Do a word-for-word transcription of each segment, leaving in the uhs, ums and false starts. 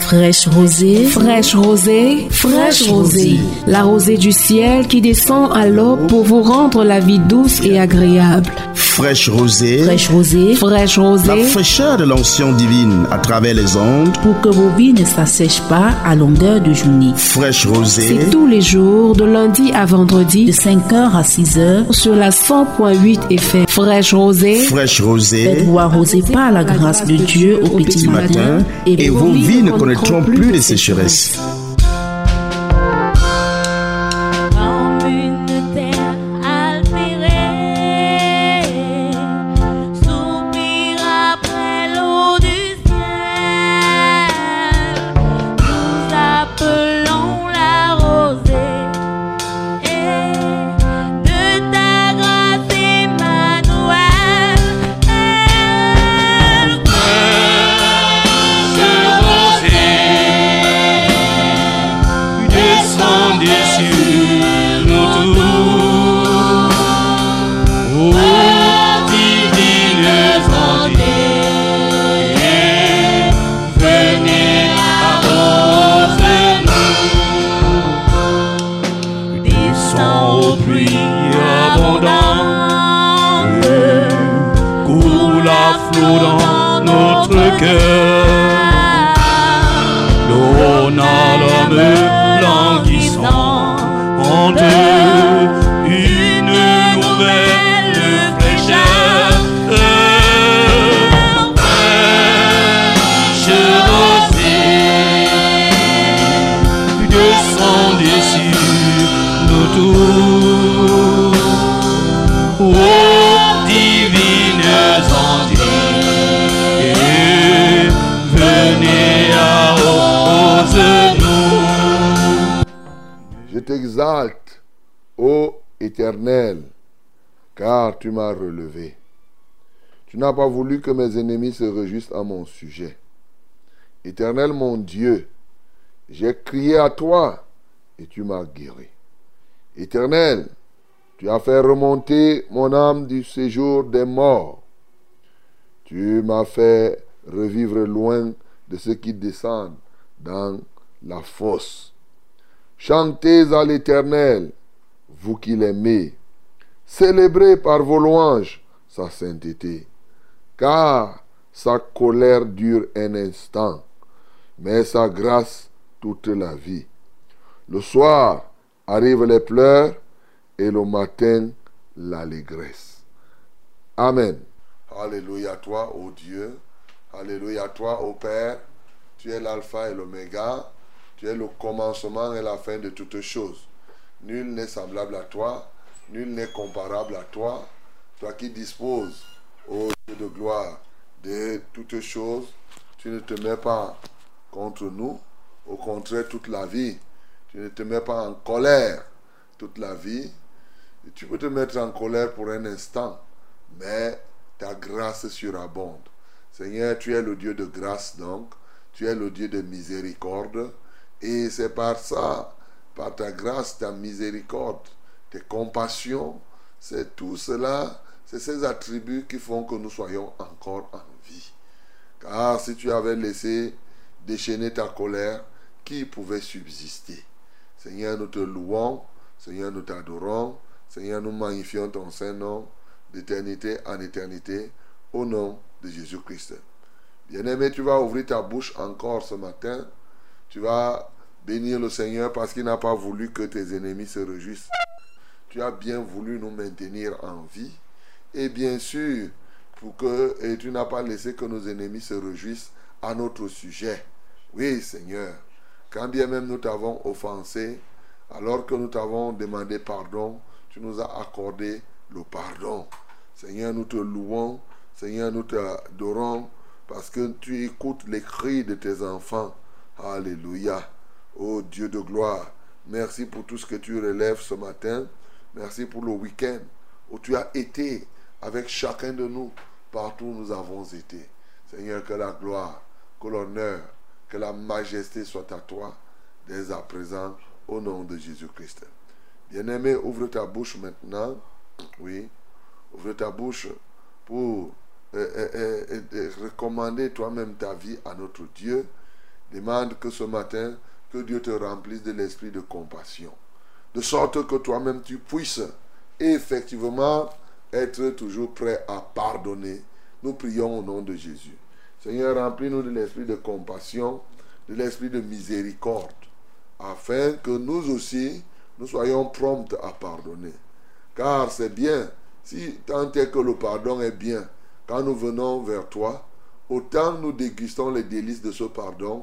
Fraîche rosée, fraîche rosée, fraîche rosée. La rosée du ciel qui descend à l'aube pour vous rendre la vie douce et agréable. Fraîche rosée, fraîche rosée, fraîche rosée. La fraîcheur de l'onction divine à travers les ondes. Pour que vos vies ne s'assèchent pas à longueur de journée. Fraîche rosée. C'est tous les jours, de lundi à vendredi, de cinq heures à six heures, sur la cent point huit F M. Fraîche rosée. Fraîche rosée. Faites-vous arroser par la grâce de Dieu au petit matin. Et, et vos vies ne connaîtront plus de sécheresse. Dans notre cœur, l'eau n'a l'homme languissant en eux une nouvelle fraîcheur. Fraîche rosée, descendez sur nous tous. Oh, divines ondes, je t'exalte, ô Éternel, car tu m'as relevé. Tu n'as pas voulu que mes ennemis se réjouissent à mon sujet. Éternel mon Dieu, j'ai crié à toi et tu m'as guéri. Éternel, tu as fait remonter mon âme du séjour des morts. Tu m'as fait revivre loin de ceux qui descendent dans la fosse. Chantez à l'Éternel, vous qui l'aimez. Célébrez par vos louanges sa sainteté, car sa colère dure un instant, mais sa grâce toute la vie. Le soir arrivent les pleurs et le matin l'allégresse. Amen. Alléluia à toi, ô Dieu. Alléluia à toi, ô Père. Tu es l'alpha et l'oméga. Tu es le commencement et la fin de toutes choses. Nul n'est semblable à toi. Nul n'est comparable à toi. Toi qui disposes, ô Dieu de gloire, de toutes choses, tu ne te mets pas contre nous. Au contraire, toute la vie, tu ne te mets pas en colère toute la vie. Et tu peux te mettre en colère pour un instant, mais ta grâce surabonde. Seigneur, tu es le Dieu de grâce donc. Tu es le Dieu de miséricorde. Et c'est par ça, par ta grâce, ta miséricorde, tes compassions, c'est tout cela, c'est ces attributs qui font que nous soyons encore en vie. Car si tu avais laissé déchaîner ta colère, qui pouvait subsister? Seigneur, nous te louons, Seigneur, nous t'adorons, Seigneur, nous magnifions ton Saint-Nom d'éternité en éternité, au nom de Jésus-Christ. Bien-aimé, tu vas ouvrir ta bouche encore ce matin. Tu vas bénir le Seigneur parce qu'il n'a pas voulu que tes ennemis se réjouissent. Tu as bien voulu nous maintenir en vie. Et bien sûr, pour que, et tu n'as pas laissé que nos ennemis se réjouissent à notre sujet. Oui, Seigneur, quand bien même nous t'avons offensé, alors que nous t'avons demandé pardon, tu nous as accordé le pardon. Seigneur, nous te louons. Seigneur, nous t'adorons parce que tu écoutes les cris de tes enfants. Alléluia. Oh Dieu de gloire, merci pour tout ce que tu relèves ce matin. Merci pour le week-end où tu as été avec chacun de nous partout où nous avons été. Seigneur, que la gloire, que l'honneur, que la majesté soit à toi dès à présent au nom de Jésus-Christ. Bien-aimé, ouvre ta bouche maintenant. Oui, ouvre ta bouche pour euh, euh, euh, euh, recommander toi-même ta vie à notre Dieu. De Demande que ce matin, que Dieu te remplisse de l'esprit de compassion. De sorte que toi-même tu puisses effectivement être toujours prêt à pardonner. Nous prions au nom de Jésus. Seigneur, remplis-nous de l'esprit de compassion, de l'esprit de miséricorde, afin que nous aussi, nous soyons prompts à pardonner. Car c'est bien, si tant est que le pardon est bien, quand nous venons vers toi, autant nous dégustons les délices de ce pardon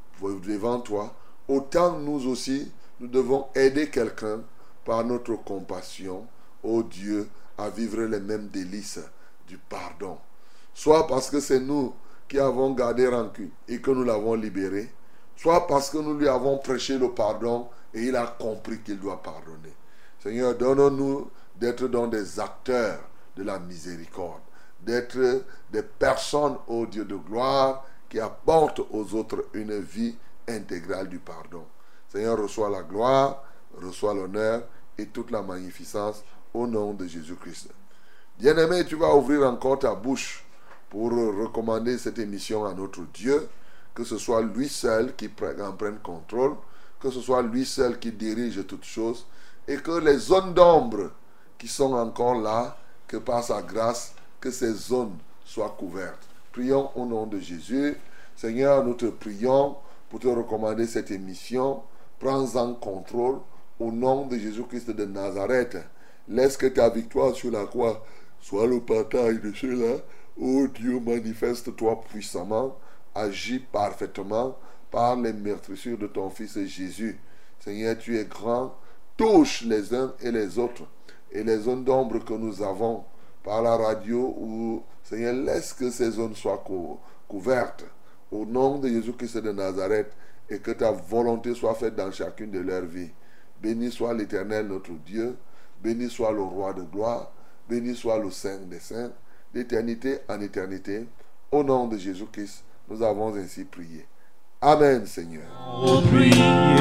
devant toi, autant nous aussi, nous devons aider quelqu'un par notre compassion, ô Dieu, à vivre les mêmes délices du pardon. Soit parce que c'est nous qui avons gardé rancune et que nous l'avons libéré, soit parce que nous lui avons prêché le pardon et il a compris qu'il doit pardonner. Seigneur, donne-nous d'être donc des acteurs de la miséricorde, d'être des personnes, ô Dieu de gloire, qui apportent aux autres une vie intégrale du pardon. Seigneur, reçois la gloire, reçois l'honneur et toute la magnificence au nom de Jésus-Christ. Bien-aimé, tu vas ouvrir encore ta bouche pour recommander cette émission à notre Dieu, que ce soit lui seul qui en prenne contrôle, que ce soit lui seul qui dirige toutes choses, et que les zones d'ombre qui sont encore là, que par sa grâce, que ces zones soient couvertes. Prions au nom de Jésus. Seigneur, nous te prions pour te recommander cette émission. Prends-en contrôle au nom de Jésus-Christ de Nazareth. Laisse que ta victoire sur la croix soit le partage de ceux-là. Ô Dieu, manifeste-toi puissamment, agis parfaitement par les meurtrissures de ton Fils Jésus. Seigneur, tu es grand, touche les uns et les autres. Et les zones d'ombre que nous avons par la radio, ou Seigneur, laisse que ces zones soient cou- couvertes au nom de Jésus-Christ de Nazareth, et que ta volonté soit faite dans chacune de leurs vies. Béni soit l'Éternel notre Dieu, béni soit le Roi de gloire, béni soit le Saint des Saints, d'éternité en éternité. Au nom de Jésus-Christ, nous avons ainsi prié. Amen, Seigneur. Ô pluie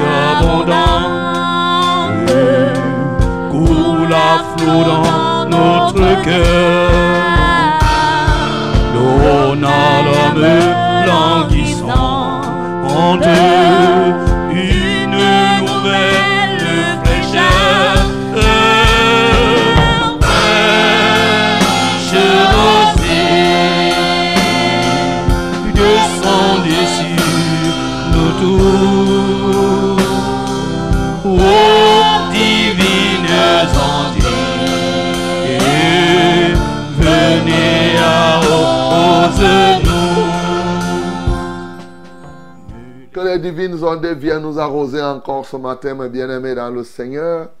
abondante, coule à flot dans notre cœur. Donne à l'homme languissante une nouvelle fraîcheur. Fraîche rosée, descendez sur nous tous. Ô divines ondes, et venez à nous. Que les divines ondes viennent nous arroser encore ce matin, mes bien-aimés dans le Seigneur.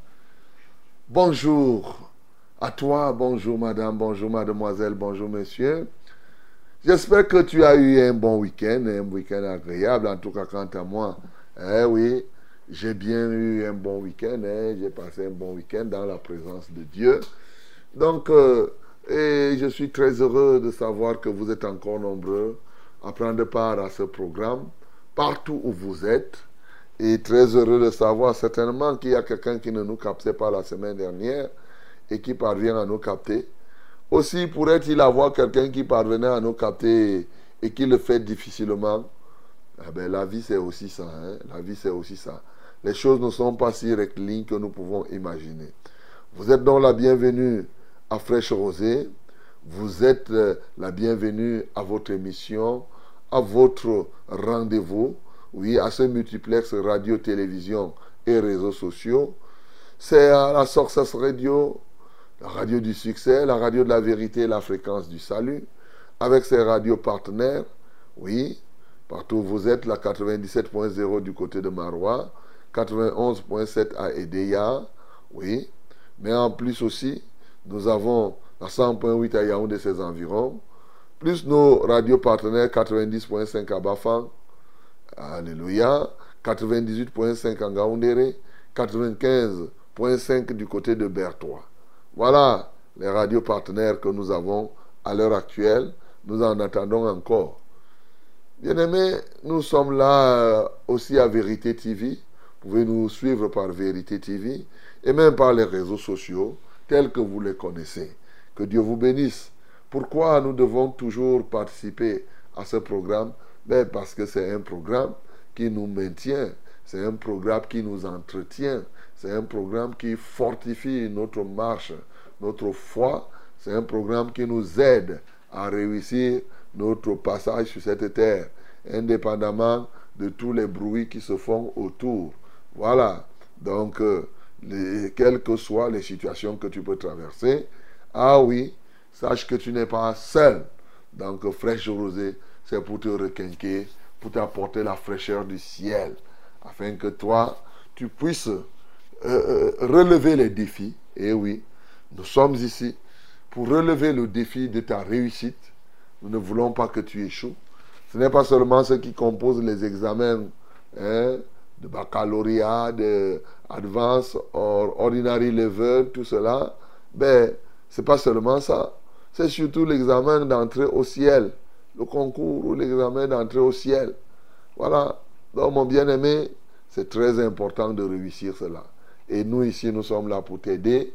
Bonjour à toi, bonjour madame, bonjour mademoiselle, bonjour monsieur. J'espère que tu as eu un bon week-end, un week-end agréable, en tout cas quant à moi. Eh oui, j'ai bien eu un bon week-end, hein, j'ai passé un bon week-end dans la présence de Dieu. Donc, euh, et je suis très heureux de savoir que vous êtes encore nombreux à prendre part à ce programme, partout où vous êtes. Et très heureux de savoir certainement qu'il y a quelqu'un qui ne nous captait pas la semaine dernière et qui parvient à nous capter. Aussi, pourrait-il avoir quelqu'un qui parvenait à nous capter et qui le fait difficilement? Eh bien, la vie, c'est aussi ça. Hein? La vie, c'est aussi ça. Les choses ne sont pas si rectilignes que nous pouvons imaginer. Vous êtes donc la bienvenue à Fraîche Rosée. Vous êtes la bienvenue à votre émission, à votre rendez-vous, oui, à ce multiplex radio, télévision et réseaux sociaux. C'est à la Success Radio, la radio du succès, la radio de la vérité, la fréquence du salut, avec ses radios partenaires, oui, partout où vous êtes, la quatre-vingt-dix-sept point zéro du côté de Marois, quatre-vingt-onze point sept à Edea, oui, mais en plus aussi, nous avons la cent point huit à Yaoundé et ses environs, plus nos radios partenaires quatre-vingt-dix point cinq à Bafang, alléluia, quatre-vingt-dix-huit point cinq à Ngaoundéré, quatre-vingt-quinze point cinq du côté de Bertois. Voilà les radios partenaires que nous avons à l'heure actuelle. Nous en attendons encore. Bien-aimés, nous sommes là aussi à Vérité T V. Vous pouvez nous suivre par Vérité T V et même par les réseaux sociaux tels que vous les connaissez. Que Dieu vous bénisse. Pourquoi nous devons toujours participer à ce programme? Ben parce que c'est un programme qui nous maintient, c'est un programme qui nous entretient, c'est un programme qui fortifie notre marche, notre foi, c'est un programme qui nous aide à réussir notre passage sur cette terre, indépendamment de tous les bruits qui se font autour. Voilà, donc, euh, les, quelles que soient les situations que tu peux traverser, ah oui, sache que tu n'es pas seul. Donc, Fraîche Rosée, c'est pour te requinquer, pour t'apporter la fraîcheur du ciel, afin que toi, tu puisses euh, euh, relever les défis. Et oui, nous sommes ici pour relever le défi de ta réussite. Nous ne voulons pas que tu échoues. Ce n'est pas seulement ceux qui composent les examens hein, de baccalauréat, de advanced or ordinary level, tout cela. Ben, ce n'est pas seulement ça. C'est surtout l'examen d'entrée au ciel. Le concours ou l'examen d'entrée au ciel. Voilà. Donc, mon bien-aimé, c'est très important de réussir cela. Et nous, ici, nous sommes là pour t'aider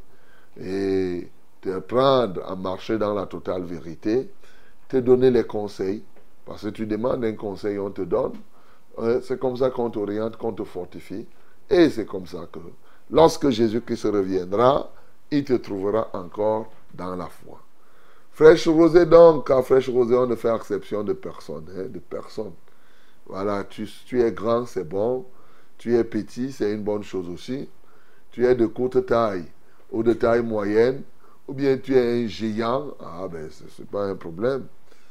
et te prendre à marcher dans la totale vérité, te donner les conseils. Parce que tu demandes un conseil, on te donne. C'est comme ça qu'on t'oriente, qu'on te fortifie. Et c'est comme ça que, lorsque Jésus-Christ reviendra, il te trouvera encore dans la foi. Fraîche Rosée, donc, à Fraîche Rosée, on ne fait exception de personne. Hein, de personne. Voilà, tu, tu es grand, c'est bon. Tu es petit, c'est une bonne chose aussi. Tu es de courte taille ou de taille moyenne, ou bien tu es un géant, ah ben, ce n'est pas un problème.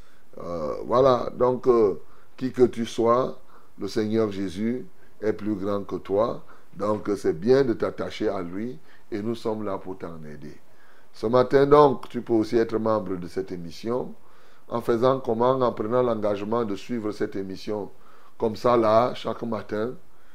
Euh, voilà, donc, euh, qui que tu sois, le Seigneur Jésus est plus grand que toi. Donc, c'est bien de t'attacher à lui et nous sommes là pour t'en aider. Ce matin, donc, tu peux aussi être membre de cette émission en faisant comment? En prenant l'engagement de suivre cette émission comme ça, là, chaque matin.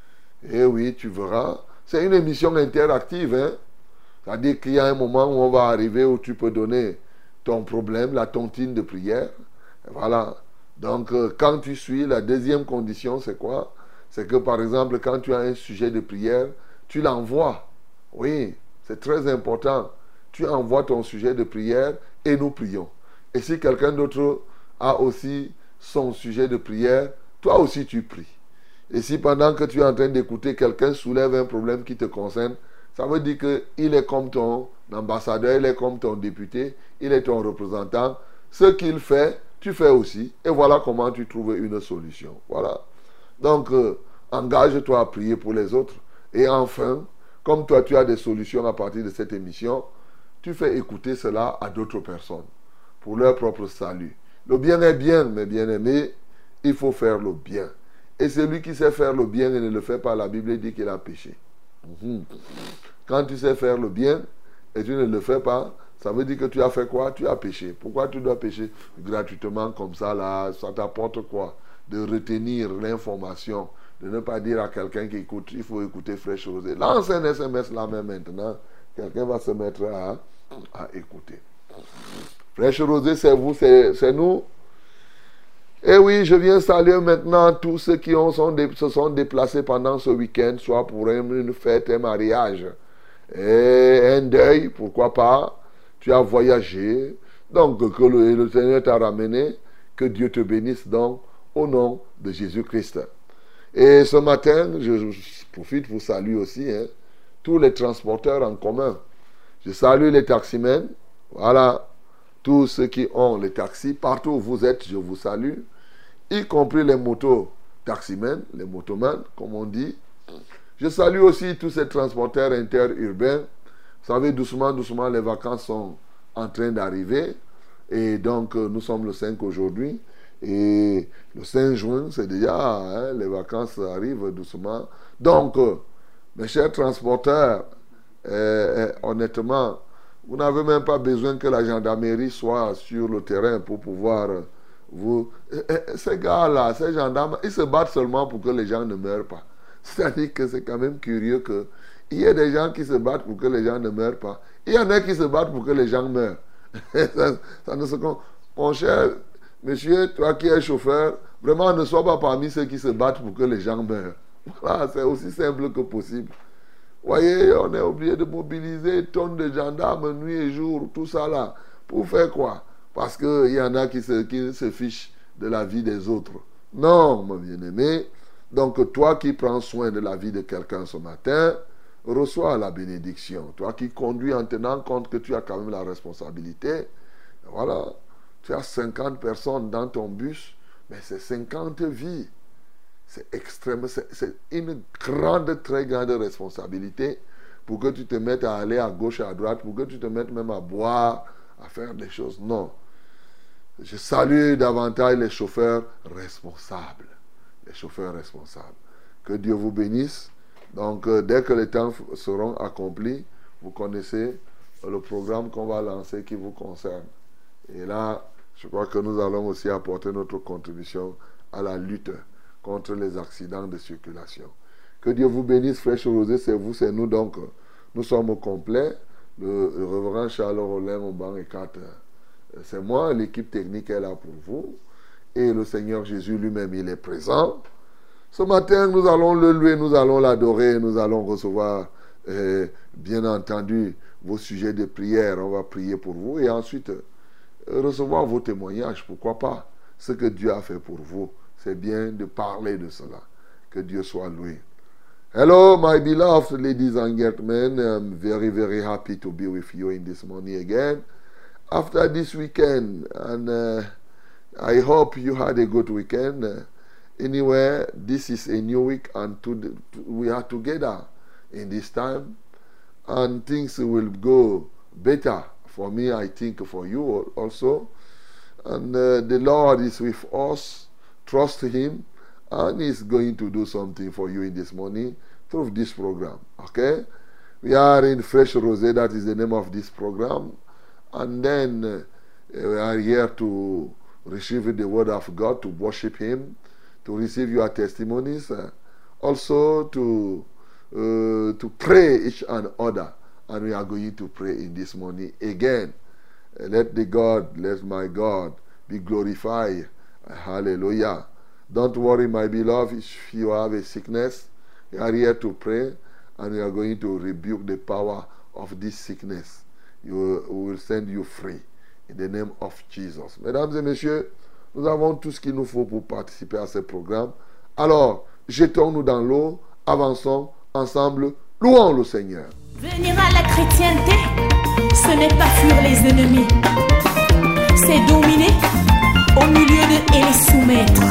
Et oui, tu verras. C'est une émission interactive, hein. C'est-à-dire qu'il y a un moment où on va arriver où tu peux donner ton problème, la tontine de prière. Voilà. Donc, euh, quand tu suis, la deuxième condition, c'est quoi? C'est que, par exemple, quand tu as un sujet de prière, tu l'envoies. Oui, c'est très important. Tu envoies ton sujet de prière et nous prions. Et si quelqu'un d'autre a aussi son sujet de prière, toi aussi tu pries. Et si pendant que tu es en train d'écouter, quelqu'un soulève un problème qui te concerne, ça veut dire qu'il est comme ton ambassadeur, il est comme ton député, il est ton représentant. Ce qu'il fait, tu fais aussi. Et voilà comment tu trouves une solution. Voilà. Donc, euh, engage-toi à prier pour les autres. Et enfin, comme toi tu as des solutions à partir de cette émission, tu fais écouter cela à d'autres personnes pour leur propre salut. Le bien est bien, mes bien-aimés, il faut faire le bien. Et celui qui sait faire le bien et ne le fait pas, la Bible dit qu'il a péché. Mmh. Quand tu sais faire le bien et tu ne le fais pas, ça veut dire que tu as fait quoi? Tu as péché. Pourquoi tu dois pécher gratuitement comme ça là? Ça t'apporte quoi? De retenir l'information, de ne pas dire à quelqu'un qui écoute, il faut écouter Fraîche Rosée. Lance un S M S là même maintenant. Quelqu'un va se mettre à, à écouter. Fraîche Rosée, c'est vous, c'est, c'est nous. Et oui, je viens saluer maintenant tous ceux qui ont, sont dé, se sont déplacés pendant ce week-end, soit pour une fête, un mariage, et un deuil, pourquoi pas. Tu as voyagé, donc que le, le Seigneur t'a ramené, que Dieu te bénisse donc au nom de Jésus-Christ. Et ce matin, je, je profite pour saluer aussi hein, tous les transporteurs en commun. Je salue les taximens, voilà, tous ceux qui ont les taxis, partout où vous êtes, je vous salue, y compris les motos taximens, les motomans, comme on dit. Je salue aussi tous ces transporteurs interurbains. Vous savez, doucement, doucement, les vacances sont en train d'arriver. Et donc, nous sommes le cinq aujourd'hui. Et le cinq juin, c'est déjà, hein, les vacances arrivent doucement. Donc, mes chers transporteurs, euh, honnêtement, vous n'avez même pas besoin que la gendarmerie soit sur le terrain pour pouvoir vous... Ces gars-là, ces gendarmes, ils se battent seulement pour que les gens ne meurent pas. C'est-à-dire que c'est quand même curieux que il y a des gens qui se battent pour que les gens ne meurent pas. Il y en a qui se battent pour que les gens meurent. ça, ça ne se... Mon cher monsieur, toi qui es chauffeur, vraiment ne sois pas parmi ceux qui se battent pour que les gens meurent. Voilà, c'est aussi simple que possible. Vous voyez, on est obligé de mobiliser tonnes de gendarmes nuit et jour, tout ça là. Pour faire quoi? Parce qu'il y en a qui se, qui se fichent de la vie des autres. Non, mon bien-aimé, Donc toi qui prends soin de la vie de quelqu'un ce matin, reçois la bénédiction. Toi qui conduis en tenant compte que tu as quand même la responsabilité, voilà, tu as cinquante personnes dans ton bus, mais c'est cinquante vies. C'est extrême, c'est, c'est une grande, très grande responsabilité pour que tu te mettes à aller à gauche et à droite, pour que tu te mettes même à boire, à faire des choses. Non. Je salue davantage les chauffeurs responsables. Les chauffeurs responsables. Que Dieu vous bénisse. Donc, euh, dès que les temps seront accomplis, vous connaissez le programme qu'on va lancer qui vous concerne. Et là, je crois que nous allons aussi apporter notre contribution à la lutte contre les accidents de circulation. Que Dieu vous bénisse, Fraîche Rosée, c'est vous, c'est nous. Donc, nous sommes au complet. Le, le révérend Charles Rollin au banc et quatre, c'est moi. L'équipe technique est là pour vous. Et le Seigneur Jésus lui-même, il est présent. Ce matin, nous allons le louer, nous allons l'adorer, nous allons recevoir, euh, bien entendu, vos sujets de prière. On va prier pour vous et ensuite euh, recevoir vos témoignages. Pourquoi pas? Ce que Dieu a fait pour vous, c'est bien de parler de cela. Que Dieu soit loué. Hello, my beloved ladies and gentlemen. I'm very, very happy to be with you in this morning again. After this weekend, and uh, I hope you had a good weekend. Uh, anyway, this is a new week, and to, to, we are together in this time, and things will go better for me, I think, for you also. And uh, the Lord is with us. Trust Him, and He's going to do something for you in this morning through this program. Okay? We are in Fresh Rosé, that is the name of this program. And then uh, we are here to receive the word of God, to worship Him, to receive your testimonies, uh, also to uh, to pray each and other. And we are going to pray in this morning again. Uh, let the God, let my God be glorified. Hallelujah. Don't worry, my beloved, if you have a sickness, we are here to pray, and we are going to rebuke the power of this sickness. You, we will send you free in the name of Jesus. Mesdames et messieurs, nous avons tout ce qu'il nous faut pour participer à ce programme. Alors, jetons-nous dans l'eau, avançons ensemble, louons le Seigneur. Venir à la chrétienté, ce n'est pas fuir les ennemis, c'est dominer au milieu d'eux et les soumettre.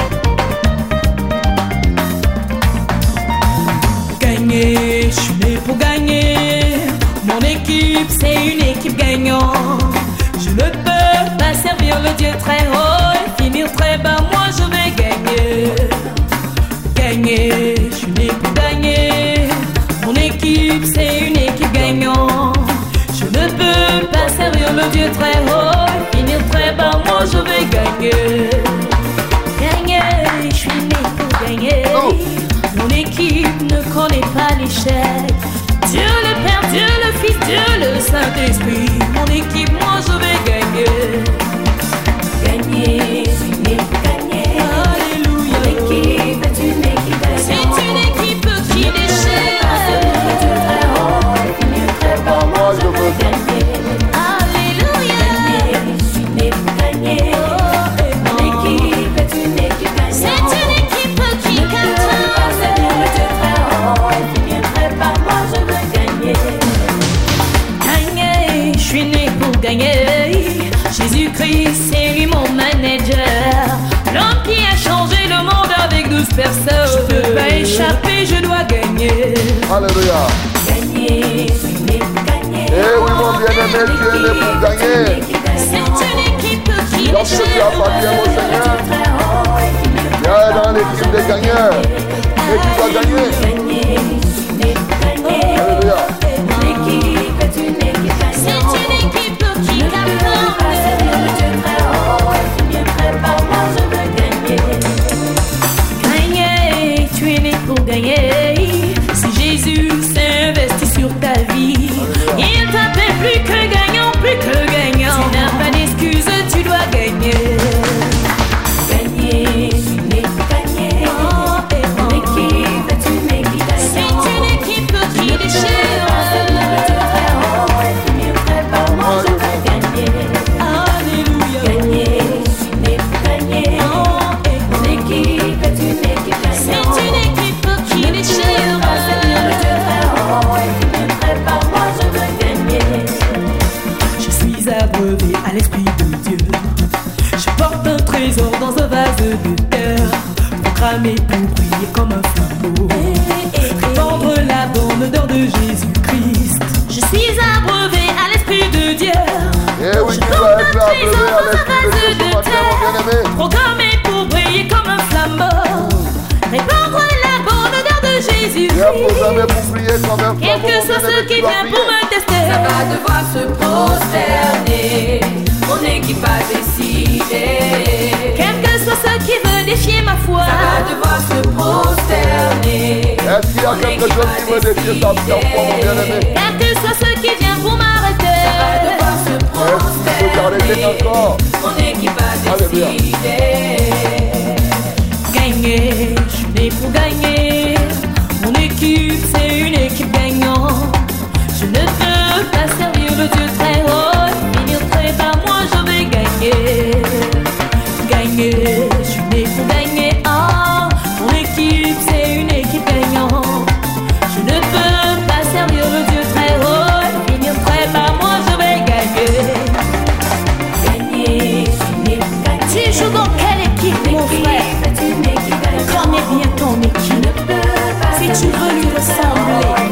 Gagner, je suis né pour gagner. Mon équipe, c'est une équipe gagnante. Je ne peux pas servir le Dieu très haut et finir très bas. Moi, je vais gagner. Gagner, je suis né pour gagner. Mon équipe, c'est une équipe gagnante. Je ne peux pas servir le Dieu très haut et finir très bas. Moi, je vais gagner. Gagner, je suis né pour gagner. Oh. Mon équipe ne connaît pas l'échec. Dieu le Père, Dieu le Fils, Dieu le Saint-Esprit. Mon équipe, moi je vais gagner. Gagner, c'est une équipe gagnée. Alléluia. Mon équipe est une équipe gagnante. C'est une équipe qui déchire. Dieu très haut et finir très bas. Moi je veux gagner. Alléluia. Gagner, c'est une équipe gagnée. Mon équipe est une équipe gagnante. C'est une équipe qui gagne. Gagner, je suis né pour gagner. Jésus-Christ, c'est lui mon manager. L'homme qui a changé le monde avec douze personnes. Je ne peux pas échapper, je dois gagner. Alléluia. Gagner, je suis né pour gagner. Eh oui, mon bien-aimé, tu es né pour gagner. C'est une équipe qui Donc, tu appartiens au Seigneur. Tu es dans l'équipe des gagneurs. Et tu vas gagner. Alléluia. L'équipe est une équipe gagnante. C'est une équipe qui gagne. Bien très bas, moi je veux gagner. Gagner, tu es né pour gagner. Si Jésus s'est investi sur ta vie, il t'appelle plus que gagnant, plus que gagnant. Tu n'as pas d'excuse, tu dois gagner. Gagner, tu n'es pour gagner. Oh, et oh. L'équipe est une équipe gagnante. C'est une équipe qui déchire. Moi je veux gagner. Alléluia. Gagner, tu n'es pour gagner. Oh, et oh. L'équipe est une équipe gagnante. briller comme un flambeau. Répandre la bonne odeur de Jésus-Christ. Je suis abreuvé à l'Esprit de Dieu. Et oui, Je tu porte vas un être trésor abreuvé à dans sa l'esprit de Dieu vase ce de matin, mon terre. bien-aimé. Programmé pour briller comme un flambeau. Répandre la bonne odeur de Jésus-Christ. Tu es programmé pour prier comme un Quel flambeau, que mon soit bien-aimé, ce tu qui dois vient prier. pour me tester, ça va devoir se prosterner. Mon équipe a décidé. Quel que soit ce qui veut défier ma foi, ça va devoir se prosterner. Est-ce qu'il y a quelque chose qui veut défier ta foi, mon bien-aimé? Quel que soit ce qui vient pour m'arrêter, ça va devoir se Est-ce qu'il peut t'arrêter encore? Mon équipe a Alléluia. décidé. Gagner, je suis né pour gagner. Mon équipe, c'est une équipe gagnante. Je ne peux pas servir le Dieu très haut. Finir très bas, moi je vais gagner. Gagner, je suis né pour gagner. Ah, mon équipe, c'est une équipe gagnante. Je ne peux pas servir le Dieu très haut. Finir très bas, moi je vais gagner. Gagner, je suis né pour gagner. Tu joues dans quelle équipe, mon frère? Connais bien ton équipe. Si tu veux lui ressembler,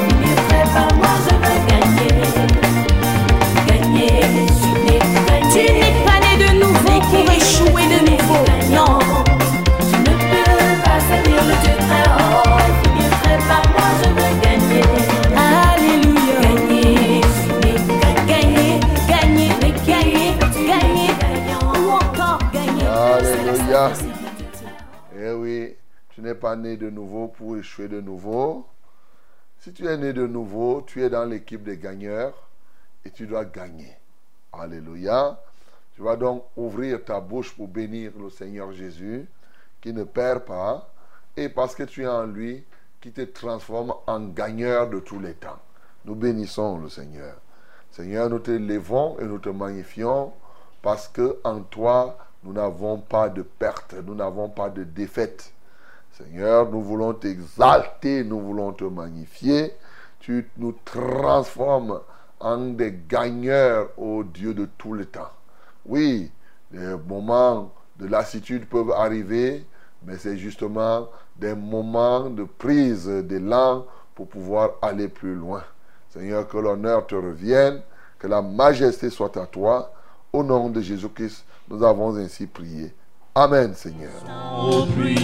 tu n'es pas né de nouveau pour échouer de nouveau. Non. Tu ne peux pas servir le Dieu très haut et finir très bas. Moi je veux gagner. Alléluia. Gagner, gagner, gagner, gagner, gagner, gagner, ou encore gagner. Alléluia. Eh oui, tu n'es pas né de nouveau pour échouer de nouveau. Si tu es né de nouveau, tu es dans l'équipe des gagneurs et tu dois gagner. Alléluia. Tu vas donc ouvrir ta bouche pour bénir le Seigneur Jésus, qui ne perd pas, et parce que tu es en lui, qui te transforme en gagneur de tous les temps. Nous bénissons le Seigneur. Seigneur, nous te levons et nous te magnifions, parce que en toi, nous n'avons pas de perte, nous n'avons pas de défaite. Seigneur, nous voulons t'exalter, nous voulons te magnifier. Tu nous transformes en des gagneurs, ô Dieu de tout le temps. Oui, les moments de lassitude peuvent arriver, mais c'est justement des moments de prise d'élan pour pouvoir aller plus loin. Seigneur, que l'honneur te revienne, que la majesté soit à toi. Au nom de Jésus-Christ, nous avons ainsi prié. Amen, Seigneur. Ô pluie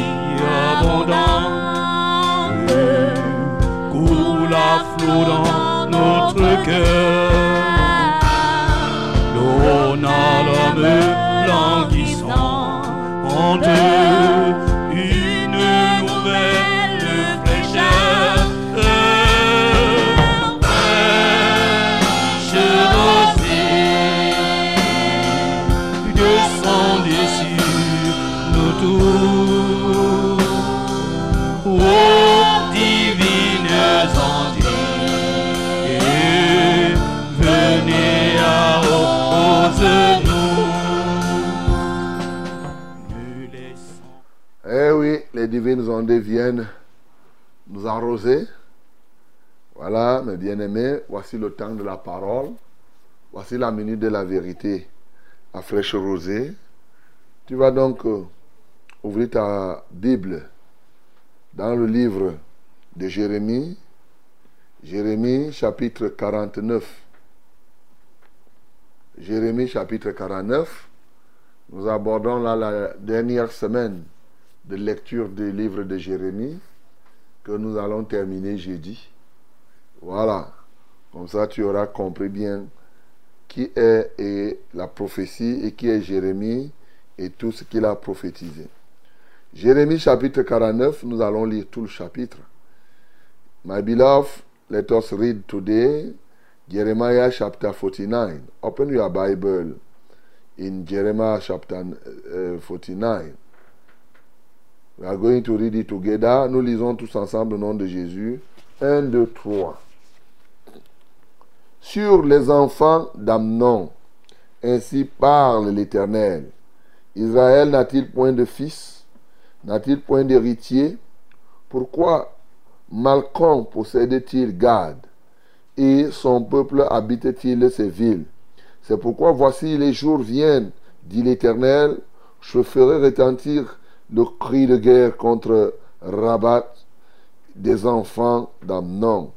abondante, coule à flot dans notre cœur. L'eau n'a l'homme languissant en eux une nouvelle fraîcheur. Fraîche rosée, descendez sur nous tous. Ô divines anges, venez à nous. Nous laissons. Eh oui, les divines ondes viennent nous arroser. Voilà, mes bien-aimés, voici le temps de la parole. Voici la minute de la vérité à fraîche rosée. Tu vas donc euh, ouvrir ta Bible dans le livre de Jérémie. Jérémie chapitre quarante-neuf. Jérémie chapitre quarante-neuf. Nous abordons là la dernière semaine de lecture du livre de Jérémie que nous allons terminer jeudi. Voilà. Comme ça, tu auras compris bien qui est et la prophétie et qui est Jérémie et tout ce qu'il a prophétisé. Jérémie chapitre quarante-neuf, nous allons lire tout le chapitre. My beloved, let us read today Jeremiah chapter forty-nine. Open your Bible in Jeremiah chapter uh, forty-nine. We are going to read it together. Nous lisons tous ensemble au nom de Jésus. un, deux, trois. Sur les enfants d'Amnon, ainsi parle l'Éternel. Israël n'a-t-il point de fils? N'a-t-il point d'héritier? Pourquoi Malcom possède-t-il Gad? Et son peuple habite-t-il ces villes? C'est pourquoi voici les jours viennent, dit l'Éternel, je ferai retentir le cri de guerre contre Rabat des enfants d'Amnon.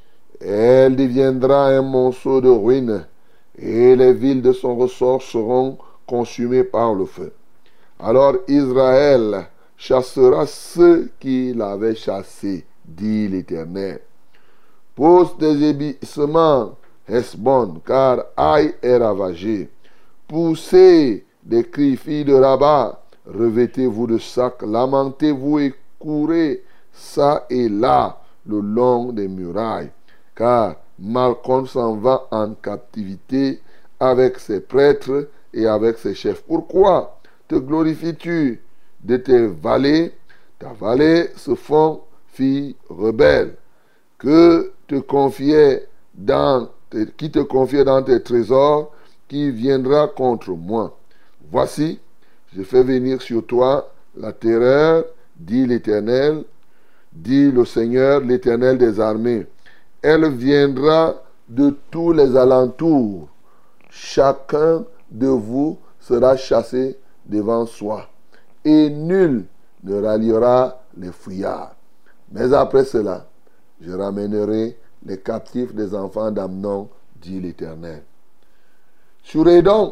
Elle deviendra un monceau de ruines, et les villes de son ressort seront consumées par le feu. Alors Israël chassera ceux qui l'avaient chassé, dit l'Éternel. Pousse des ébissements, Hesbon, car Aï est ravagé. Poussez des cris, filles de Rabat, revêtez-vous de sacs, lamentez-vous et courez ça et là le long des murailles, car Malchon s'en va en captivité avec ses prêtres et avec ses chefs. Pourquoi te glorifies-tu de tes vallées? Ta vallée se font filles rebelles, que te confiait dans tes, qui te confiait dans tes trésors, qui viendra contre moi. Voici, je fais venir sur toi la terreur, dit l'Éternel, dit le Seigneur, l'Éternel des armées. Elle viendra de tous les alentours. Chacun de vous sera chassé devant soi, et nul ne ralliera les fuyards. Mais après cela, je ramènerai les captifs des enfants d'Amnon, dit l'Éternel. Sur Édom,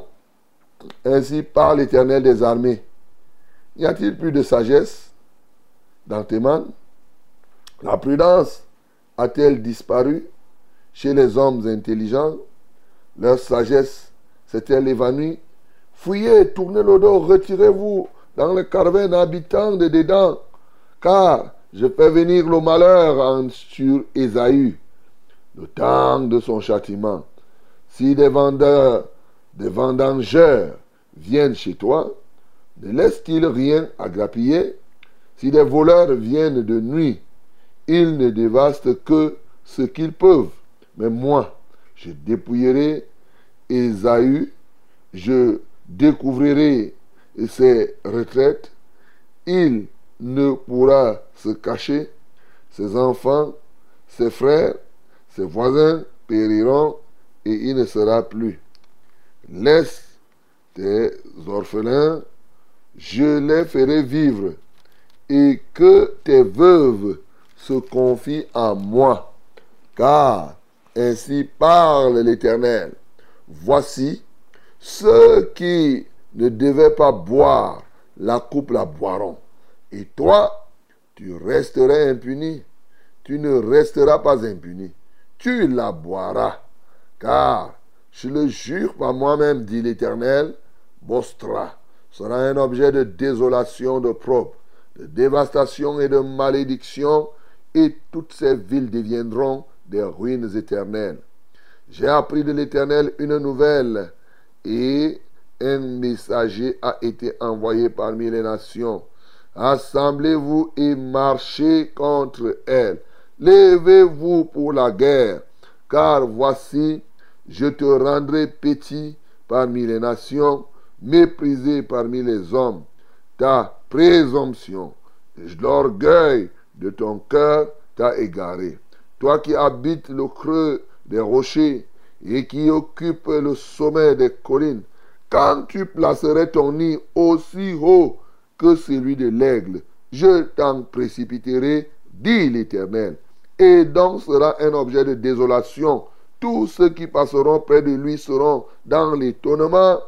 ainsi parle l'Éternel des armées. Y a-t-il plus de sagesse dans tes mains? La prudence a-t-elle disparu chez les hommes intelligents? Leur sagesse s'est-elle évanouie? Fuyez, tournez le dos, retirez-vous dans les cavernes habitants de dedans, car je fais venir le malheur en, sur Ésaü, le temps de son châtiment. Si des vendeurs, des vendangeurs viennent chez toi, ne laissent-ils rien à grappiller? Si des voleurs viennent de nuit, ils ne dévastent que ce qu'ils peuvent. Mais moi, je dépouillerai Ésaü, je découvrirai ses retraites, il ne pourra se cacher, ses enfants, ses frères, ses voisins périront et il ne sera plus. Laisse tes orphelins, je les ferai vivre, et que tes veuves se confient en moi, car ainsi parle l'Éternel. Voici, ceux qui ne devaient pas boire la coupe la boiront, et toi, tu resteras impuni, tu ne resteras pas impuni, tu la boiras, car je le jure par moi-même, dit l'Éternel, Bostra sera un objet de désolation, de propre, de dévastation et de malédiction, et toutes ces villes deviendront des ruines éternelles. J'ai appris de l'Éternel une nouvelle, et un messager a été envoyé parmi les nations. Assemblez-vous et marchez contre elles. Levez-vous pour la guerre, car voici, je te rendrai petit parmi les nations, méprisé parmi les hommes. Ta présomption, l'orgueil de ton cœur t'a égaré. Toi qui habites le creux des rochers et qui occupes le sommet des collines, quand tu placerais ton nid aussi haut que celui de l'aigle, je t'en précipiterai, dit l'Éternel. Et donc sera un objet de désolation. Tous ceux qui passeront près de lui seront dans l'étonnement,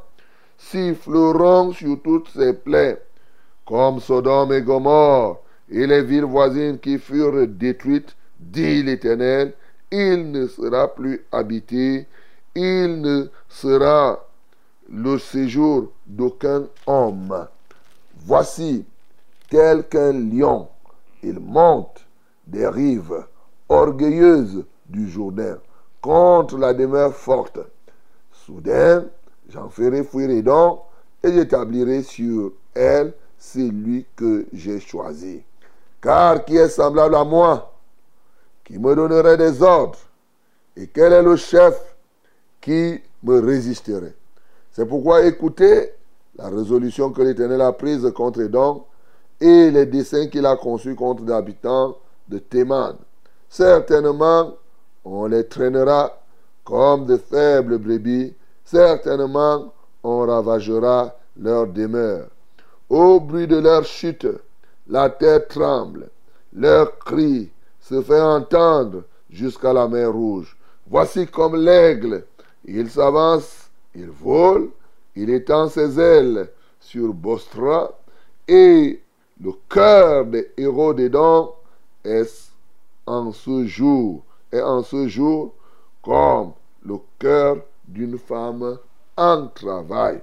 siffleront sur toutes ses plaies, comme Sodome et Gomorrhe et les villes voisines qui furent détruites, dit l'Éternel. Il ne sera plus habité, il ne sera le séjour d'aucun homme. Voici, tel qu'un lion, il monte des rives orgueilleuses du Jourdain contre la demeure forte. Soudain, j'en ferai fuir Édom et j'établirai sur elle celui que j'ai choisi. Car qui est semblable à moi, qui me donnerait des ordres, et quel est le chef qui me résisterait? C'est pourquoi écoutez la résolution que l'Éternel a prise contre Édom et les desseins qu'il a conçus contre les habitants de Théman. Certainement, on les traînera comme de faibles brebis. Certainement, on ravagera leur demeure. Au bruit de leur chute, la terre tremble. Leur cri se fait entendre jusqu'à la mer Rouge. Voici comme l'aigle, il s'avance, il vole, il étend ses ailes sur Bostra, et le cœur des héros d'Édom est en ce jour, est en ce jour comme le cœur d'une femme en travail.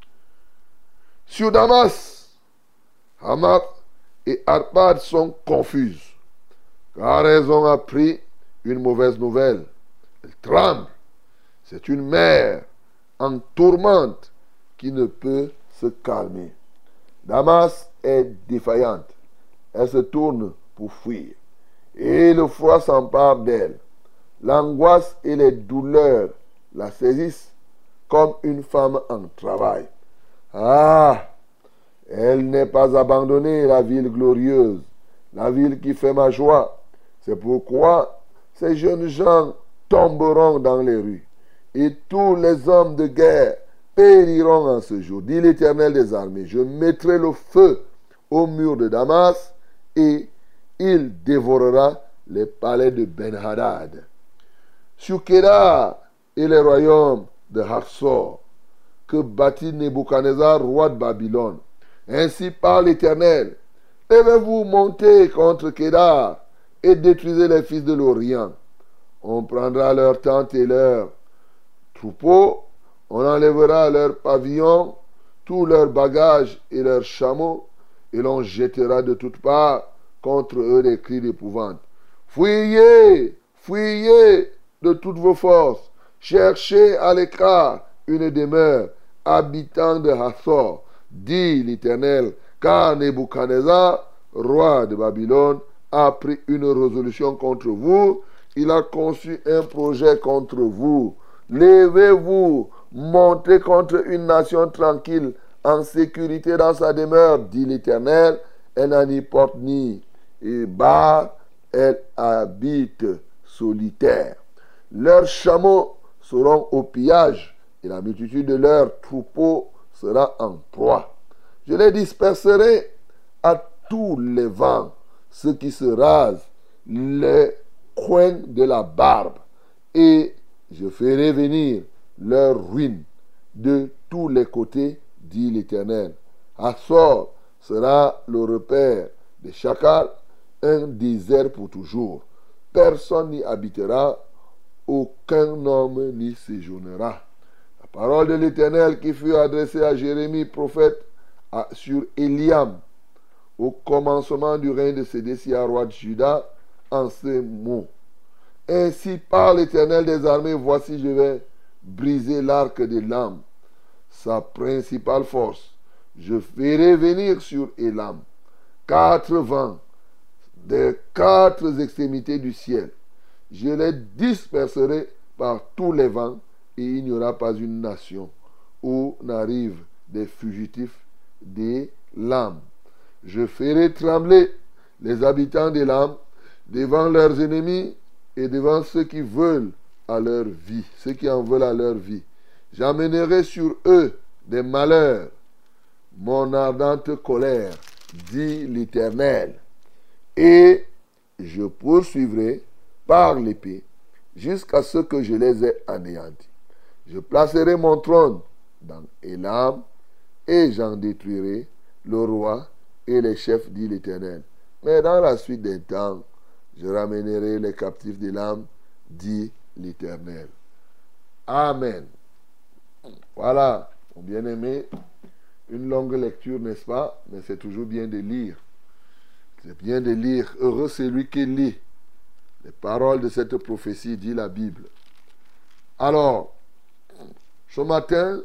Sur Damas, Hamath et Arpad sont confuses, car elles ont appris une mauvaise nouvelle. Elles tremblent. C'est une mer en tourmente qui ne peut se calmer. Damas est défaillante. Elle se tourne pour fuir. Et le froid s'empare d'elle. L'angoisse et les douleurs la saisissent comme une femme en travail. Ah! Elle n'est pas abandonnée, la ville glorieuse, la ville qui fait ma joie. C'est pourquoi ces jeunes gens tomberont dans les rues, et tous les hommes de guerre périront en ce jour, dit l'Éternel des armées. Je mettrai le feu au mur de Damas, et il dévorera les palais de Ben-Hadad. Sur Kédar et les royaumes de Harsor, que bâtit Nebuchadnezzar, roi de Babylone. Ainsi parle l'Éternel. Levez-vous, montez contre Kédar et détruisez les fils de l'Orient. On prendra leurs tentes et leurs troupeaux, on enlèvera leurs pavillons, tous leurs bagages et leurs chameaux, et l'on jettera de toutes parts contre eux des cris d'épouvante. Fuyez, fuyez de toutes vos forces, cherchez à l'écart une demeure, habitants de Hathor, dit l'Éternel, car Nebuchadnezzar, roi de Babylone, a pris une résolution contre vous, il a conçu un projet contre vous. Levez-vous, montez contre une nation tranquille, en sécurité dans sa demeure, dit l'Éternel, elle n'en y porte ni et barre, elle habite solitaire. Leurs chameaux seront au pillage, et la multitude de leurs troupeaux sera en proie. Je les disperserai à tous les vents, ceux qui se rasent les coins de la barbe, et je ferai venir leur ruine de tous les côtés, dit l'Éternel. Hathor sera le repère des chacals, un désert pour toujours. Personne n'y habitera, aucun homme n'y séjournera. La parole de l'Éternel qui fut adressée à Jérémie, prophète, à, sur Éliam, au commencement du règne de Sédécia, roi de Juda, en ces mots. Ainsi parle l'Éternel des armées, voici je vais briser l'arc des lames, sa principale force. Je ferai venir sur Élam quatre vents des quatre extrémités du ciel. Je les disperserai par tous les vents, et il n'y aura pas une nation où n'arrivent des fugitifs des lames. Je ferai trembler les habitants des lames devant leurs ennemis et devant ceux qui veulent à leur vie, ceux qui en veulent à leur vie. J'amènerai sur eux des malheurs, mon ardente colère, dit l'Éternel, et je poursuivrai par l'épée jusqu'à ce que je les ai anéantis. Je placerai mon trône dans Élam et j'en détruirai le roi et les chefs, dit l'Éternel. Mais dans la suite des temps, je ramènerai les captifs d'Élam, dit l'Éternel. Amen. Voilà, mon bien-aimé, une longue lecture, n'est-ce pas? Mais c'est toujours bien de lire. C'est bien de lire. Heureux celui qui lit les paroles de cette prophétie, dit la Bible. Alors, ce matin,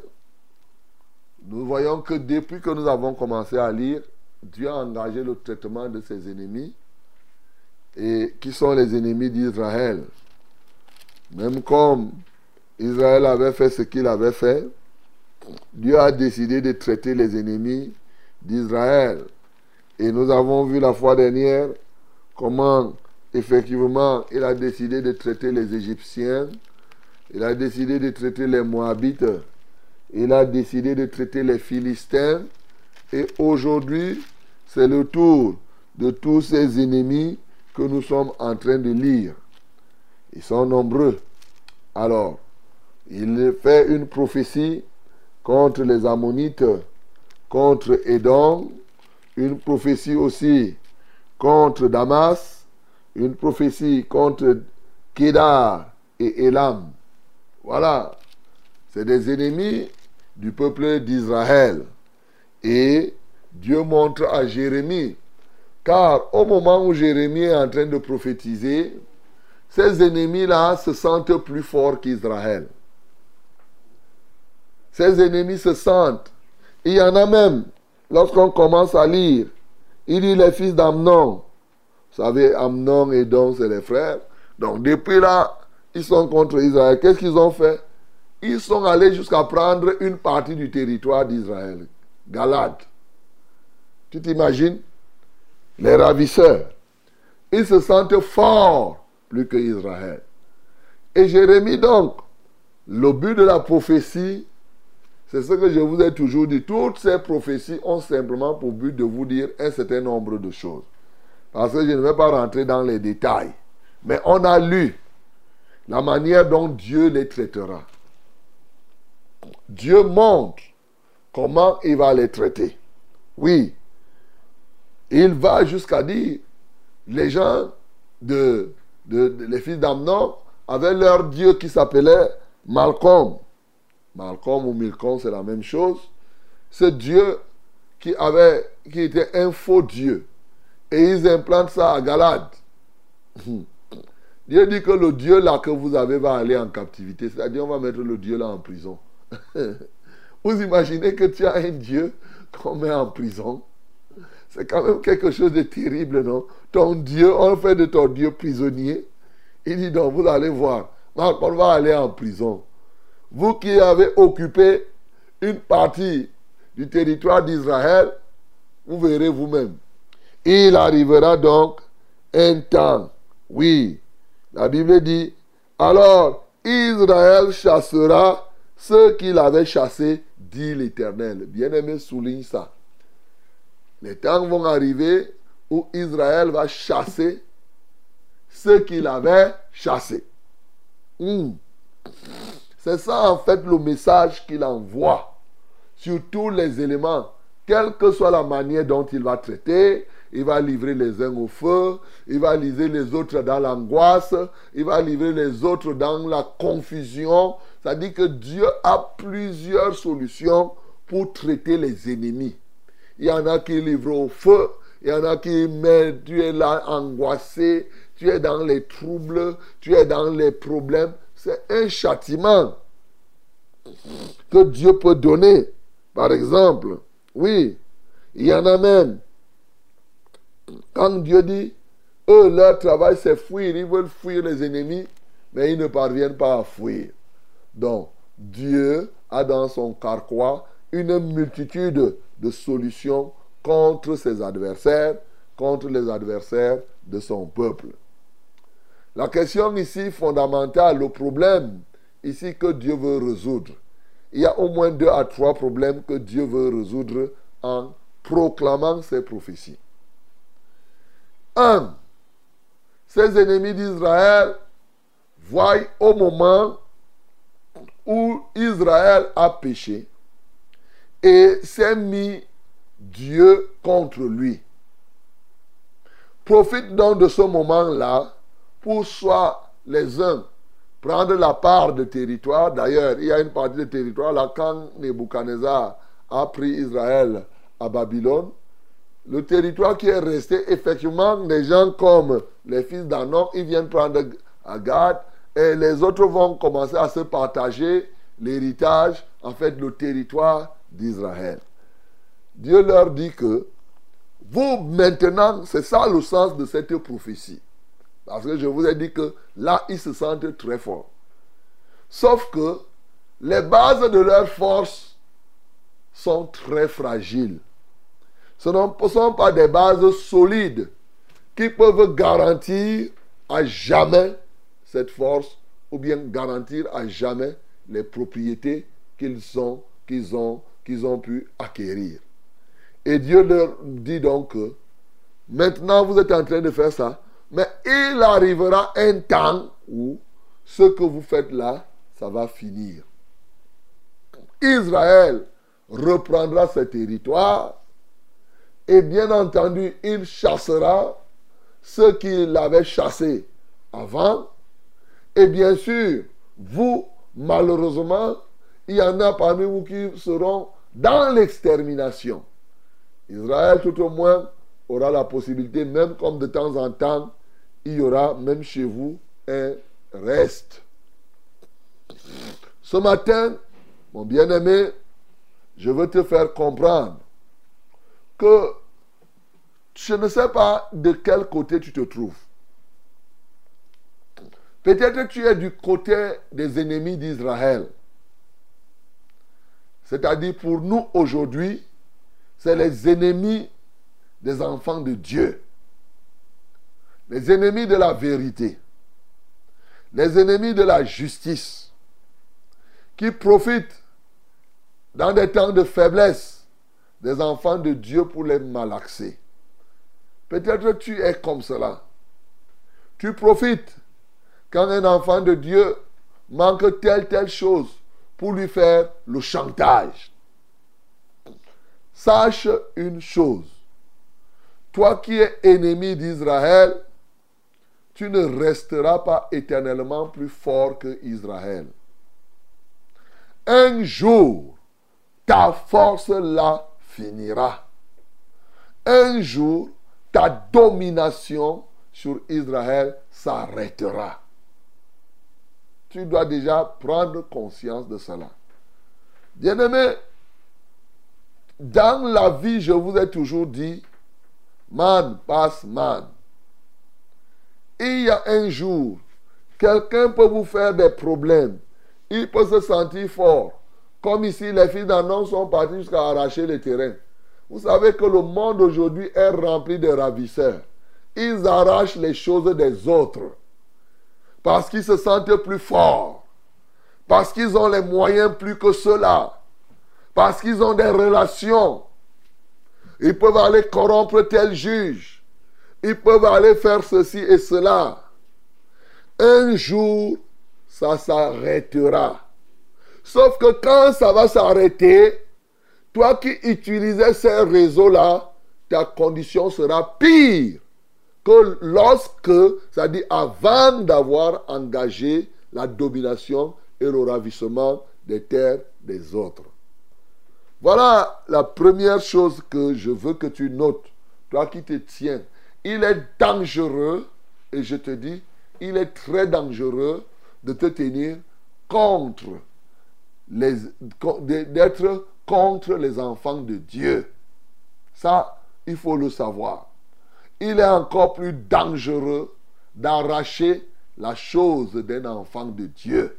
nous voyons que depuis que nous avons commencé à lire, Dieu a engagé le traitement de ses ennemis, et qui sont les ennemis d'Israël. Même comme Israël avait fait ce qu'il avait fait, Dieu a décidé de traiter les ennemis d'Israël. Et nous avons vu la fois dernière comment effectivement il a décidé de traiter les Égyptiens, il a décidé de traiter les Moabites, il a décidé de traiter les Philistins, et aujourd'hui c'est le tour de tous ces ennemis que nous sommes en train de lire. Ils sont nombreux. Alors, il fait une prophétie contre les Ammonites, contre Édom, une prophétie aussi contre Damas, une prophétie contre Kédar et Élam. Voilà, c'est des ennemis du peuple d'Israël. Et Dieu montre à Jérémie, car au moment où Jérémie est en train de prophétiser, ces ennemis-là se sentent plus forts qu'Israël. Ces ennemis se sentent. Il y en a même, lorsqu'on commence à lire, il dit les fils d'Amnon. Vous savez, Amnon et Édom, c'est les frères. Donc depuis là, ils sont contre Israël. Qu'est-ce qu'ils ont fait? Ils sont allés jusqu'à prendre une partie du territoire d'Israël. Galade. Tu t'imagines? Les ravisseurs. Ils se sentent forts plus que Israël. Et Jérémie donc, le but de la prophétie, c'est ce que je vous ai toujours dit. Toutes ces prophéties ont simplement pour but de vous dire un certain nombre de choses. Parce que je ne vais pas rentrer dans les détails. Mais on a lu la manière dont Dieu les traitera. Dieu montre comment il va les traiter. Oui. Il va jusqu'à dire, les gens de, de, de les fils d'Amnon avaient leur Dieu qui s'appelait Malcolm. Malcolm ou Milcom, c'est la même chose. Ce Dieu qui avait, qui était un faux Dieu. Et ils implantent ça à Galade. Dieu dit que le Dieu là que vous avez va aller en captivité. C'est-à-dire on va mettre le Dieu là en prison. Vous imaginez que tu as un Dieu qu'on met en prison? C'est quand même quelque chose de terrible, non? Ton Dieu, on fait de ton Dieu prisonnier. Il dit donc, vous allez voir, on va aller en prison. Vous qui avez occupé une partie du territoire d'Israël, vous verrez vous-même. Il arrivera donc un temps, oui, la Bible dit, alors Israël chassera ceux qu'il avait chassés, dit l'Éternel. Bien-aimé, souligne ça. Les temps vont arriver où Israël va chasser ceux qu'il avait chassés. Mmh. C'est ça en fait le message qu'il envoie sur tous les éléments, quelle que soit la manière dont il va traiter. Il va livrer les uns au feu, il va livrer les autres dans l'angoisse, il va livrer les autres dans la confusion. C'est-à-dire que Dieu a plusieurs solutions pour traiter les ennemis. Il y en a qui livrent au feu, il y en a qui mettent, tu es là angoissé, tu es dans les troubles, tu es dans les problèmes. C'est un châtiment que Dieu peut donner. Par exemple, oui, il y en a même. Quand Dieu dit, eux, leur travail, c'est fuir. Ils veulent fuir les ennemis, mais ils ne parviennent pas à fuir. Donc, Dieu a dans son carquois une multitude de solutions contre ses adversaires, contre les adversaires de son peuple. La question ici fondamentale, le problème ici que Dieu veut résoudre, il y a au moins deux à trois problèmes que Dieu veut résoudre en proclamant ses prophéties. Un, ces ennemis d'Israël voient au moment où Israël a péché et s'est mis Dieu contre lui. Profite donc de ce moment-là pour soit les uns prendre la part de territoire. D'ailleurs, il y a une partie de territoire là quand Nebuchadnezzar a pris Israël à Babylone. Le territoire qui est resté, effectivement, des gens comme les fils d'Anon, ils viennent prendre à Gad et les autres vont commencer à se partager l'héritage, en fait, le territoire d'Israël. Dieu leur dit que vous, maintenant, c'est ça le sens de cette prophétie. Parce que je vous ai dit que là, ils se sentent très forts. Sauf que les bases de leur force sont très fragiles. Ce ne sont pas des bases solides qui peuvent garantir à jamais cette force ou bien garantir à jamais les propriétés qu'ils ont, qu'ils ont, qu'ils ont pu acquérir. Et Dieu leur dit donc que Maintenant, vous êtes en train de faire ça. Mais il arrivera un temps où ce que vous faites là, ça va finir. Israël reprendra ses territoires et bien entendu, il chassera ceux qui l'avaient chassé avant. Et bien sûr, vous, malheureusement, il y en a parmi vous qui seront dans l'extermination. Israël, tout au moins, aura la possibilité, même comme de temps en temps, il y aura même chez vous un reste. Ce matin, mon bien-aimé, je veux te faire comprendre que je ne sais pas de quel côté tu te trouves. Peut-être que tu es du côté des ennemis d'Israël. C'est-à-dire pour nous aujourd'hui, c'est les ennemis des enfants de Dieu. Les ennemis de la vérité. Les ennemis de la justice. Qui profitent dans des temps de faiblesse des enfants de Dieu pour les malaxer. Peut-être que tu es comme cela. Tu profites quand un enfant de Dieu manque telle, telle chose pour lui faire le chantage. Sache une chose. Toi qui es ennemi d'Israël, tu ne resteras pas éternellement plus fort que Israël. Un jour, ta force là finira. Un jour, ta domination sur Israël s'arrêtera. Tu dois déjà prendre conscience de cela. Bien-aimé, dans la vie, je vous ai toujours dit, man passe man. Il y a un jour, quelqu'un peut vous faire des problèmes. Il peut se sentir fort. Comme ici, les fils d'Anon sont partis jusqu'à arracher le terrain. Vous savez que le monde aujourd'hui est rempli de ravisseurs. Ils arrachent les choses des autres. Parce qu'ils se sentent plus forts. Parce qu'ils ont les moyens plus que ceux-là. Parce qu'ils ont des relations. Ils peuvent aller corrompre tel juge. Ils peuvent aller faire ceci et cela. Un jour, ça s'arrêtera. Sauf que quand ça va s'arrêter, toi qui utilisais ces réseaux-là, ta condition sera pire que lorsque, c'est-à-dire avant d'avoir engagé la domination et le ravissement des terres des autres. Voilà la première chose que je veux que tu notes, toi qui te tiens. Il est dangereux, et je te dis, il est très dangereux de te tenir contre les, d'être contre les enfants de Dieu. Ça, il faut le savoir. Il est encore plus dangereux d'arracher la chose d'un enfant de Dieu.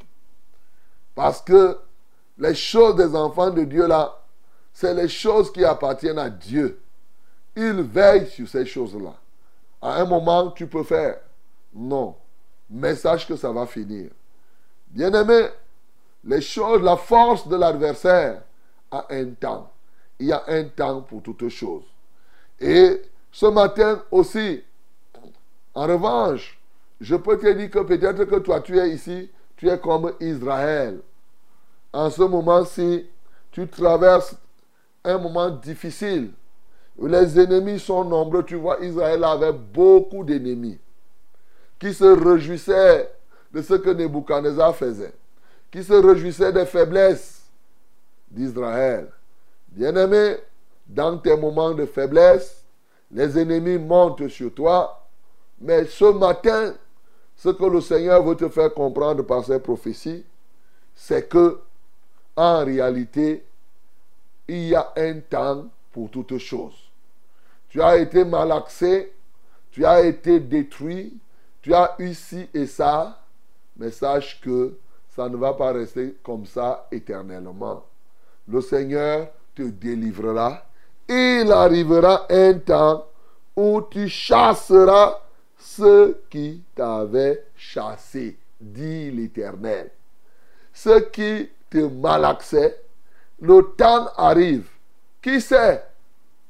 Parce que les choses des enfants de Dieu là, c'est les choses qui appartiennent à Dieu. Il veille sur ces choses-là. À un moment, tu peux faire. Non. Mais sache que ça va finir. Bien-aimé, les choses, la force de l'adversaire a un temps. Il y a un temps pour toutes choses. Et ce matin aussi, en revanche, je peux te dire que peut-être que toi, tu es ici, tu es comme Israël. En ce moment-ci, tu traverses un moment difficile. Où les ennemis sont nombreux. Tu vois, Israël avait beaucoup d'ennemis qui se réjouissaient de ce que Nebuchadnezzar faisait, qui se réjouissaient des faiblesses d'Israël. Bien-aimé, dans tes moments de faiblesse, les ennemis montent sur toi, mais ce matin, ce que le Seigneur veut te faire comprendre par ses prophéties, c'est que, en réalité, il y a un temps pour toutes choses. Tu as été malaxé, tu as été détruit, tu as eu ci et ça, mais sache que ça ne va pas rester comme ça éternellement. Le Seigneur te délivrera. Il arrivera un temps où tu chasseras ceux qui t'avaient chassé, dit l'Éternel. Ceux qui te malaxaient, le temps arrive. Qui sait?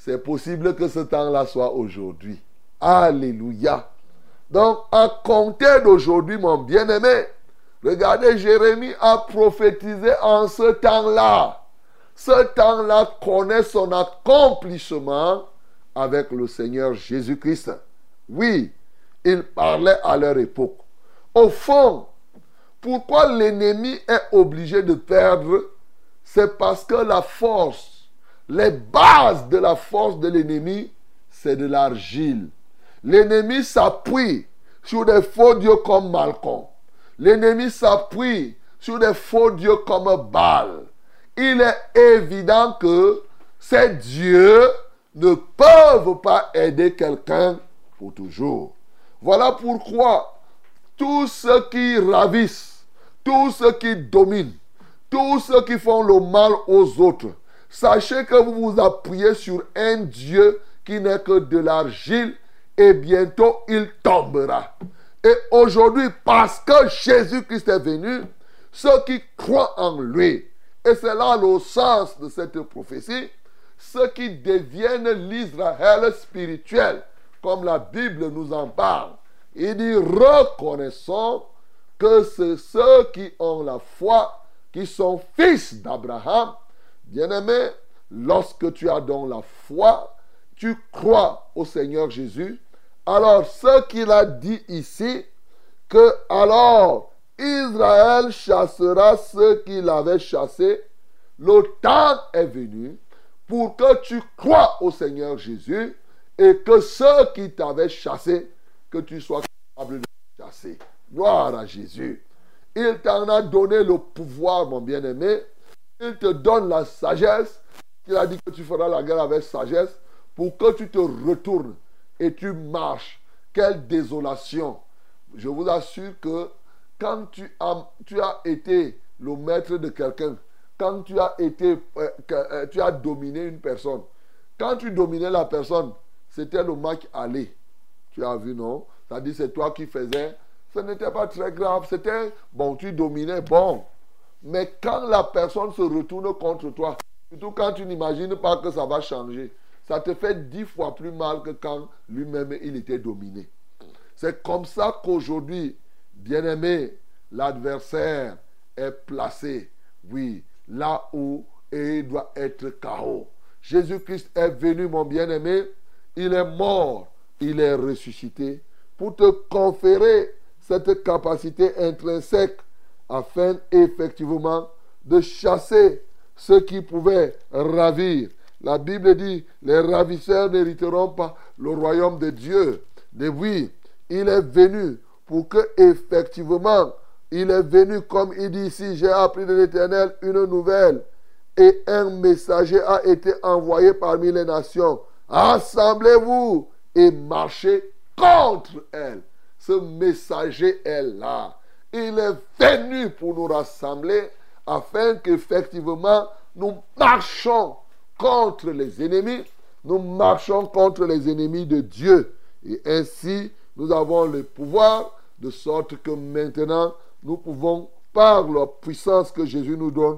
c'est possible que ce temps-là soit aujourd'hui. Alléluia. Donc, à compter d'aujourd'hui, mon bien-aimé, regardez, Jérémie a prophétisé en ce temps-là. Ce temps-là connaît son accomplissement avec le Seigneur Jésus-Christ. Oui, il parlait à leur époque. Au fond, pourquoi l'ennemi est obligé de perdre? C'est parce que la force, les bases de la force de l'ennemi, c'est de l'argile. L'ennemi s'appuie sur des faux dieux comme Malchon. L'ennemi s'appuie sur des faux dieux comme Baal. Il est évident que ces dieux ne peuvent pas aider quelqu'un pour toujours. Voilà pourquoi tous ceux qui ravissent, tous ceux qui dominent, tous ceux qui font le mal aux autres, sachez que vous vous appuyez sur un Dieu qui n'est que de l'argile et bientôt il tombera. Et aujourd'hui, parce que Jésus-Christ est venu, ceux qui croient en lui, et c'est là le sens de cette prophétie, ceux qui deviennent l'Israël spirituel, comme la Bible nous en parle, il dit, reconnaissons que c'est ceux qui ont la foi, qui sont fils d'Abraham. Bien-aimé, lorsque tu as donc la foi, tu crois au Seigneur Jésus, alors ce qu'il a dit ici, que alors Israël chassera ceux qu'il avait chassés, le temps est venu pour que tu crois au Seigneur Jésus et que ceux qui t'avaient chassé, que tu sois capable de les chasser. Gloire à Jésus. Il t'en a donné le pouvoir, mon bien-aimé. Il te donne la sagesse. Il a dit que tu feras la guerre avec sagesse pour que tu te retournes et tu marches. Quelle désolation. Je vous assure que quand tu as, tu as été le maître de quelqu'un, quand tu as été, euh, euh, tu as dominé une personne, quand tu dominais la personne, c'était le match aller. Tu as vu, non? C'est-à-dire, c'est toi qui faisais. Ce n'était pas très grave. C'était, bon, tu dominais, bon. Mais quand la personne se retourne contre toi, surtout quand tu n'imagines pas que ça va changer, ça te fait dix fois plus mal que quand lui-même il était dominé. C'est comme ça qu'aujourd'hui, bien-aimé, l'adversaire est placé, oui, là où il doit être K O. Jésus-Christ est venu, mon bien-aimé, il est mort, il est ressuscité pour te conférer cette capacité intrinsèque afin effectivement de chasser ceux qui pouvaient ravir. La Bible dit, les ravisseurs n'hériteront pas le royaume de Dieu. Mais oui, il est venu pour que effectivement, il est venu comme il dit ici, j'ai appris de l'Éternel une nouvelle et un messager a été envoyé parmi les nations. Assemblez-vous et marchez contre elle. Ce messager est là. Il est venu pour nous rassembler afin qu'effectivement nous marchons contre les ennemis. Nous marchons contre les ennemis de Dieu. Et ainsi, nous avons le pouvoir de sorte que maintenant, nous pouvons, par la puissance que Jésus nous donne,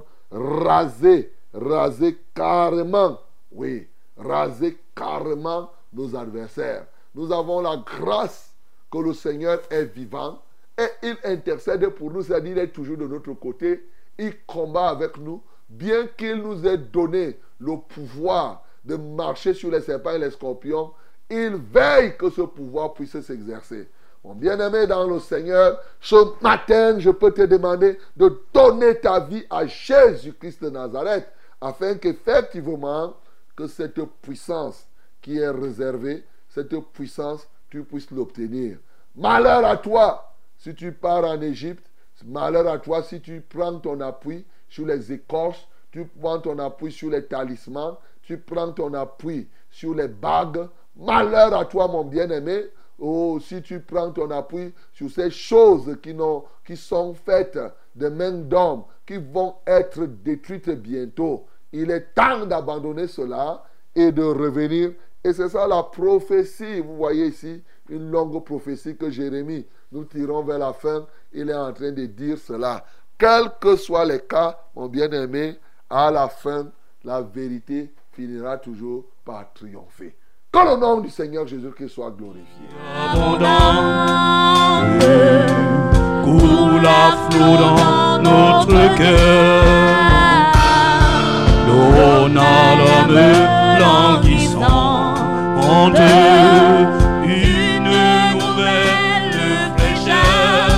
raser, raser carrément, oui, raser carrément nos adversaires. Nous avons la grâce que le Seigneur est vivant et il intercède pour nous, c'est-à-dire il est toujours de notre côté, il combat avec nous, bien qu'il nous ait donné le pouvoir de marcher sur les serpents et les scorpions, il veille que ce pouvoir puisse s'exercer. Mon bien-aimé dans le Seigneur, ce matin, je peux te demander de donner ta vie à Jésus-Christ de Nazareth, afin qu'effectivement, que cette puissance qui est réservée, cette puissance, tu puisses l'obtenir. Malheur à toi si tu pars en Égypte, malheur à toi si tu prends ton appui sur les écorces, tu prends ton appui sur les talismans, tu prends ton appui sur les bagues. Malheur à toi, mon bien-aimé, oh, si tu prends ton appui sur ces choses qui, n'ont, qui sont faites de main d'homme, qui vont être détruites bientôt. Il est temps d'abandonner cela et de revenir. Et c'est ça la prophétie. Vous voyez ici une longue prophétie que Jérémie, nous tirons vers la fin. Il est en train de dire cela. Quels que soient les cas, mon bien-aimé, à la fin, la vérité finira toujours par triompher. Que le nom du Seigneur Jésus-Christ soit glorifié. Abondant, coule à flot dans notre cœur. L'on a l'homme languissant en deux, une nouvelle fraîcheur.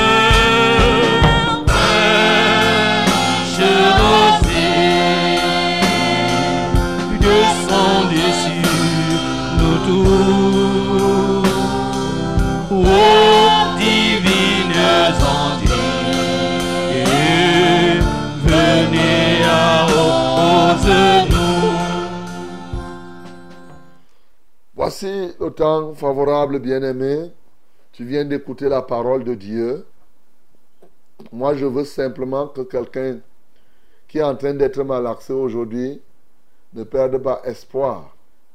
Fraîche rosée, descendez sur nous tous. Ô divines anges, venez à nous. Voici le temps favorable, bien-aimé. Tu viens d'écouter la parole de Dieu. Moi, je veux simplement que quelqu'un qui est en train d'être malaxé aujourd'hui ne perde pas espoir.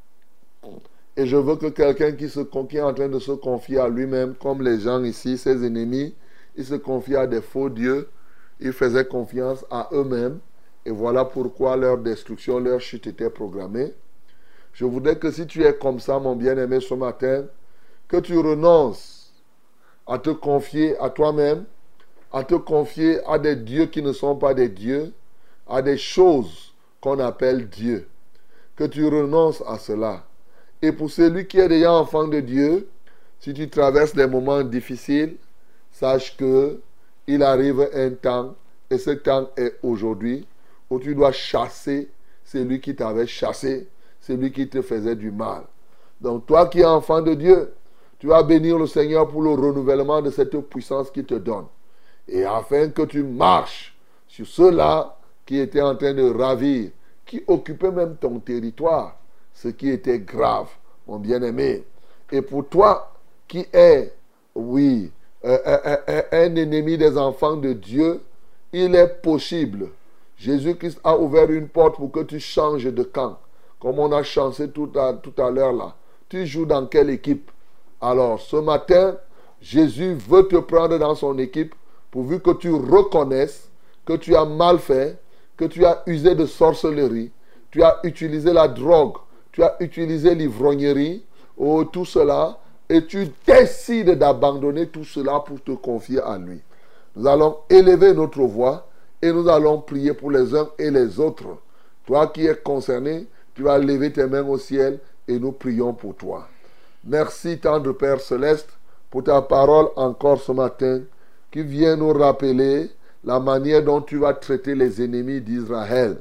Et je veux que quelqu'un qui, se, qui est en train de se confier à lui-même, comme les gens ici, ses ennemis, ils se confient à des faux dieux, ils faisaient confiance à eux-mêmes, et voilà pourquoi leur destruction, leur chute était programmée. Je voudrais que si tu es comme ça, mon bien-aimé, ce matin, que tu renonces à te confier à toi-même, à te confier à des dieux qui ne sont pas des dieux, à des choses qu'on appelle Dieu. Que tu renonces à cela. Et pour celui qui est déjà enfant de Dieu, si tu traverses des moments difficiles, sache que il arrive un temps, et ce temps est aujourd'hui, où tu dois chasser celui qui t'avait chassé, celui qui te faisait du mal. Donc toi qui es enfant de Dieu, tu vas bénir le Seigneur pour le renouvellement de cette puissance qu'il te donne. Et afin que tu marches sur ceux-là qui étaient en train de ravir, qui occupaient même ton territoire, ce qui était grave, mon bien-aimé. Et pour toi qui es, oui, euh, euh, euh, un ennemi des enfants de Dieu, il est possible. Jésus-Christ a ouvert une porte pour que tu changes de camp. Comme on a chanté tout à, tout à l'heure là. Tu joues dans quelle équipe? Alors, ce matin, Jésus veut te prendre dans son équipe pourvu que tu reconnaisses que tu as mal fait, que tu as usé de sorcellerie, tu as utilisé la drogue, tu as utilisé l'ivrognerie, oh, tout cela, et tu décides d'abandonner tout cela pour te confier à lui. Nous allons élever notre voix et nous allons prier pour les uns et les autres. Toi qui es concerné, tu vas lever tes mains au ciel et nous prions pour toi. Merci, tendre Père Céleste, pour ta parole encore ce matin qui vient nous rappeler la manière dont tu vas traiter les ennemis d'Israël.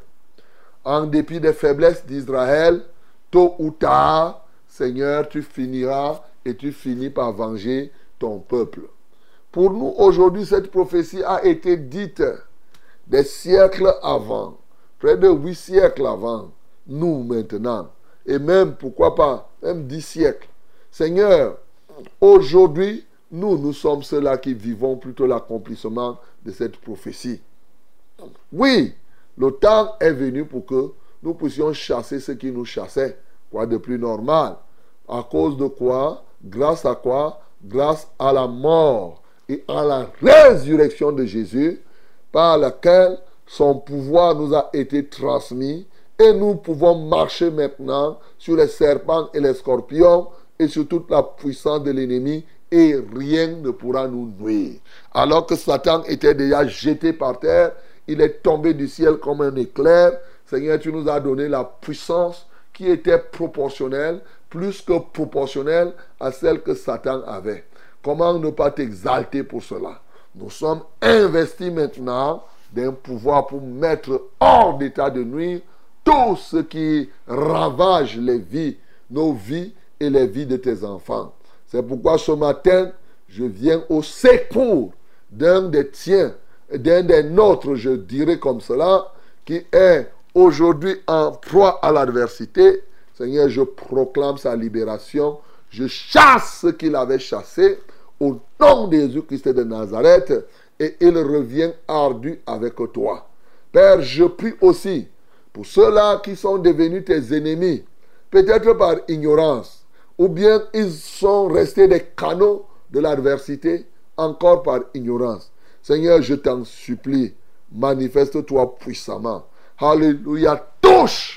En dépit des faiblesses d'Israël, tôt ou tard, Seigneur, tu finiras et tu finis par venger ton peuple. Pour nous, aujourd'hui, cette prophétie a été dite des siècles avant, près de huit siècles avant, nous maintenant, et même, pourquoi pas, même dix siècles. Seigneur, aujourd'hui, nous, nous sommes ceux-là qui vivons plutôt l'accomplissement de cette prophétie. Oui, le temps est venu pour que nous puissions chasser ceux qui nous chassaient. Quoi de plus normal? À cause de quoi? Grâce à quoi? Grâce à la mort et à la résurrection de Jésus, par laquelle son pouvoir nous a été transmis et nous pouvons marcher maintenant sur les serpents et les scorpions et sur toute la puissance de l'ennemi et rien ne pourra nous nuire. Alors que Satan était déjà jeté par terre, il est tombé du ciel comme un éclair. Seigneur, tu nous as donné la puissance qui était proportionnelle, plus que proportionnelle à celle que Satan avait. Comment ne pas t'exalter pour cela? Nous sommes investis maintenant d'un pouvoir pour mettre hors d'état de nuire tout ce qui ravage les vies, nos vies et les vies de tes enfants. C'est pourquoi ce matin, je viens au secours d'un des tiens, d'un des nôtres, je dirais comme cela, qui est aujourd'hui en proie à l'adversité. Seigneur, je proclame sa libération. Je chasse ce qu'il avait chassé au nom de Jésus-Christ de Nazareth et il revient ardu avec toi. Père, je prie aussi pour ceux-là qui sont devenus tes ennemis, peut-être par ignorance, ou bien ils sont restés des canaux de l'adversité, encore par ignorance. Seigneur, je t'en supplie, manifeste-toi puissamment. Alléluia, touche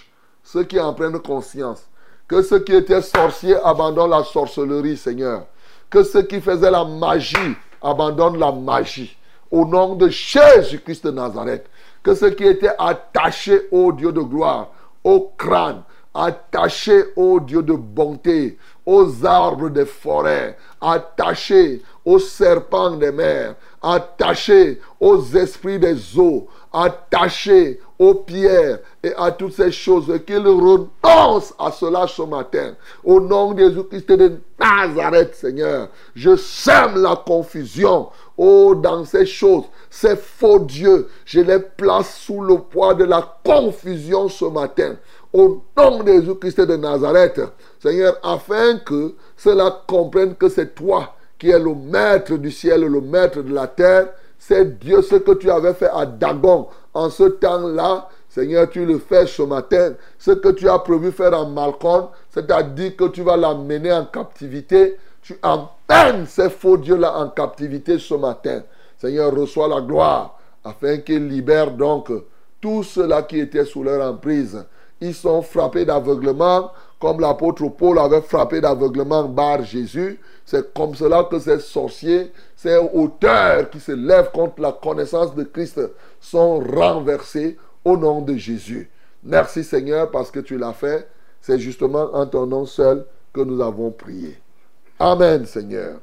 ceux qui en prennent conscience. Que ceux qui étaient sorciers abandonnent la sorcellerie, Seigneur. Que ceux qui faisaient la magie abandonnent la magie. Au nom de Jésus-Christ de Nazareth. Que ceux qui étaient attachés au Dieu de gloire, au crâne, attachés au Dieu de bonté, aux arbres des forêts, attachés aux serpents des mers, attachés aux esprits des eaux, attachés aux pierres et à toutes ces choses, qu'ils renoncent à cela ce matin. Au nom de Jésus-Christ de Nazareth, Seigneur, je sème la confusion. Oh, dans ces choses, ces faux dieux, je les place sous le poids de la confusion ce matin. Au nom de Jésus-Christ de Nazareth, Seigneur, afin que cela comprenne que c'est toi qui es le maître du ciel et le maître de la terre. C'est Dieu, ce que tu avais fait à Dagon en ce temps-là. Seigneur, tu le fais ce matin. Ce que tu as prévu faire à Malcolm, c'est-à-dire que tu vas l'amener en captivité. Tu emmènes ces faux dieux-là en captivité ce matin. Seigneur, reçois la gloire afin qu'il libère donc tous ceux-là qui étaient sous leur emprise. Ils sont frappés d'aveuglement comme l'apôtre Paul avait frappé d'aveuglement Bar Jésus. C'est comme cela que ces sorciers, ces auteurs qui se lèvent contre la connaissance de Christ sont renversés au nom de Jésus. Merci Seigneur parce que tu l'as fait. C'est justement en ton nom seul que nous avons prié. Amen Seigneur.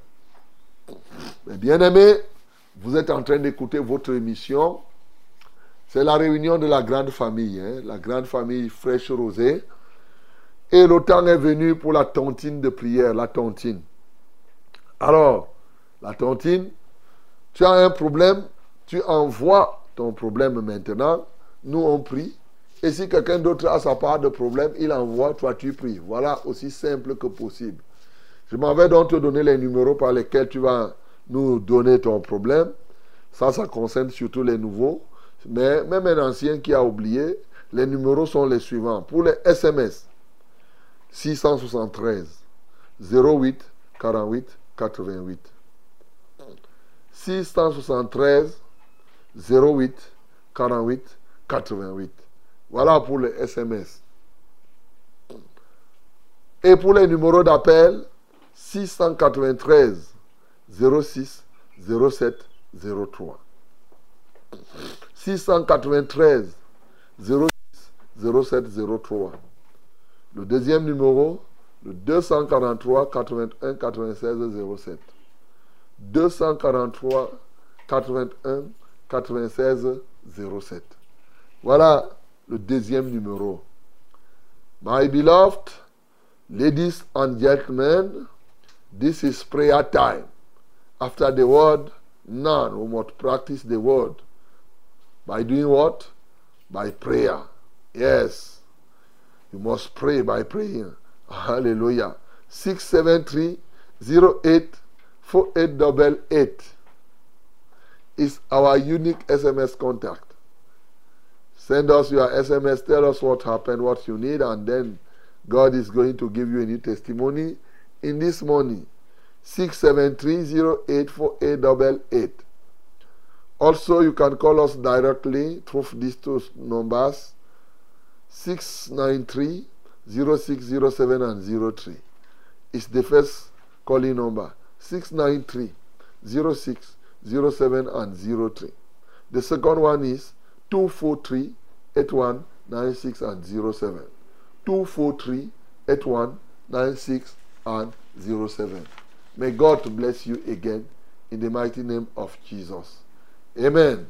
Mes bien-aimés, vous êtes en train d'écouter votre émission. C'est la réunion de la grande famille, hein, la grande famille Fraîche Rosée. Et le temps est venu pour la tontine de prière, la tontine. Alors, la tontine, tu as un problème, tu envoies ton problème maintenant, nous on prie. Et si quelqu'un d'autre a sa part de problème, il envoie, toi tu pries. Voilà, aussi simple que possible. Je m'en vais donc te donner les numéros par lesquels tu vas nous donner ton problème. Ça, ça concerne surtout les nouveaux. Mais même un ancien qui a oublié, les numéros sont les suivants. Pour les S M S, six cent soixante-treize zéro huit quarante-huit quatre-vingt-huit. six cent soixante-treize zéro huit quarante-huit quatre-vingt-huit. Voilà pour les S M S. Et pour les numéros d'appel, six cent quatre-vingt-treize zéro six zéro sept zéro trois. six cent quatre-vingt-treize zéro six zéro sept zéro trois. Le deuxième numéro, le deux cent quarante-trois quatre-vingt-un quatre-vingt-seize zéro sept. deux cent quarante-trois quatre-vingt-un quatre-vingt-seize zéro sept. Voilà le deuxième numéro. My beloved ladies and gentlemen, this is prayer time. After the word, none who must practice the word. By doing what? By prayer. Yes. You must pray by praying. Hallelujah. six seven three zero eight four eight eight eight is our unique S M S contact. Send us your S M S. Tell us what happened, what you need, and then God is going to give you a new testimony in this morning. six seven three zero eight four eight eight eight. Also, you can call us directly through these two numbers, six nine three zero six zero seven and zero three. It's the first calling number, six nine three zero six zero seven and zero three. The second one is two four three eight one nine six and zero seven. two four three eight one nine six and zero seven. May God bless you again in the mighty name of Jesus. Amen.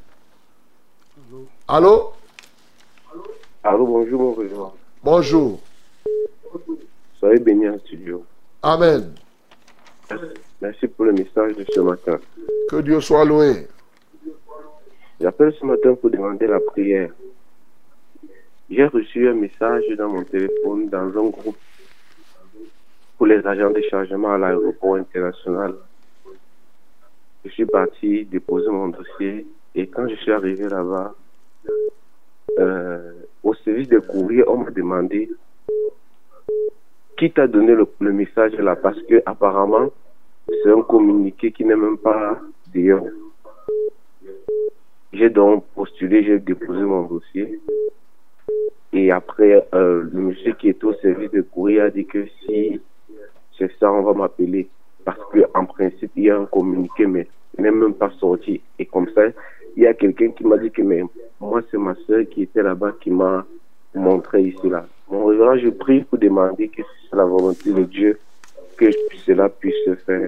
Allô? Allô? Allô, bonjour mon président. Bonjour. Soyez bénis en studio. Amen. Merci pour le message de ce matin. Que Dieu soit loué. J'appelle ce matin pour demander la prière. J'ai reçu un message dans mon téléphone dans un groupe pour les agents de chargement à l'aéroport international. Je suis parti déposer mon dossier et quand je suis arrivé là-bas, euh, au service des courriers, on m'a demandé qui t'a donné le, le message là, parce que apparemment c'est un communiqué qui n'est même pas d'ailleurs. J'ai donc postulé, j'ai déposé mon dossier Et après, euh, le monsieur qui était au service de courrier a dit que si c'est ça, on va m'appeler. Parce qu'en principe, il y a un communiqué, mais il n'est même pas sorti. Et comme ça, il y a quelqu'un qui m'a dit que mais moi, c'est ma soeur qui était là-bas qui m'a montré ici, là. Mon révérend, je prie pour demander que c'est la volonté de Dieu que cela puisse se faire.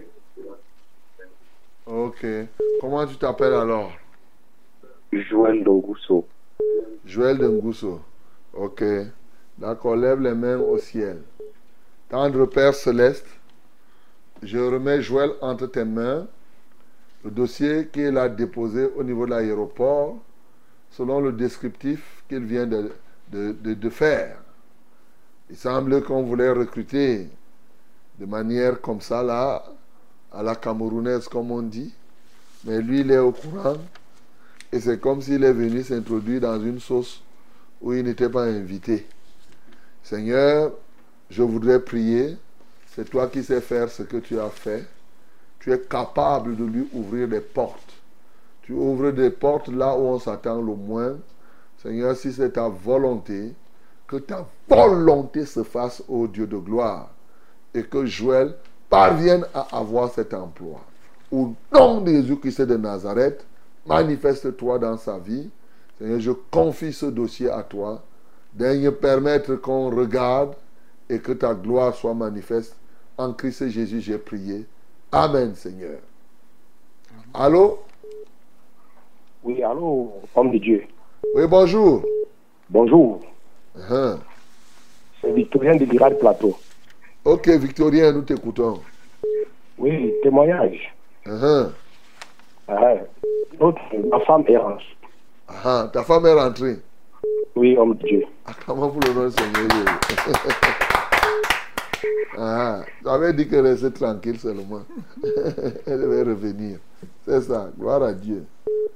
Ok. Comment tu t'appelles alors? Joël Dongusso. Joël Dongusso. Ok. D'accord, lève les mains au ciel. Tendre Père Céleste, je remets Joël entre tes mains, le dossier qu'il a déposé au niveau de l'aéroport, selon le descriptif qu'il vient de, de, de, de faire. Il semble qu'on voulait recruter de manière comme ça, là, à la camerounaise, comme on dit. Mais lui, il est au courant. Et c'est comme s'il est venu s'introduire dans une sauce où il n'était pas invité. Seigneur, je voudrais prier. C'est toi qui sais faire ce que tu as fait. Tu es capable de lui ouvrir des portes. Tu ouvres des portes là où on s'attend le moins. Seigneur, si c'est ta volonté, que ta volonté se fasse, ô Dieu de gloire. Et que Joël parvienne à avoir cet emploi. Au nom de Jésus-Christ de Nazareth, manifeste-toi dans sa vie. Seigneur, je confie ce dossier à toi. Daigne permettre qu'on regarde et que ta gloire soit manifeste. En Christ Jésus, j'ai prié. Amen, Seigneur. Allô? Oui, allô, homme de Dieu. Oui, bonjour. Bonjour. Uh-huh. C'est Victorien de Virage Plateau. Ok, Victorien, nous t'écoutons. Oui, témoignage. Uh-huh. Ah, l'autre, ma femme est rentrée. Uh-huh. Ta femme est rentrée? Oui, homme de Dieu. Acclamons pour le nom du Seigneur. Ah, j'avais dit qu'elle restait tranquille seulement. Elle devait revenir. C'est ça, gloire à Dieu.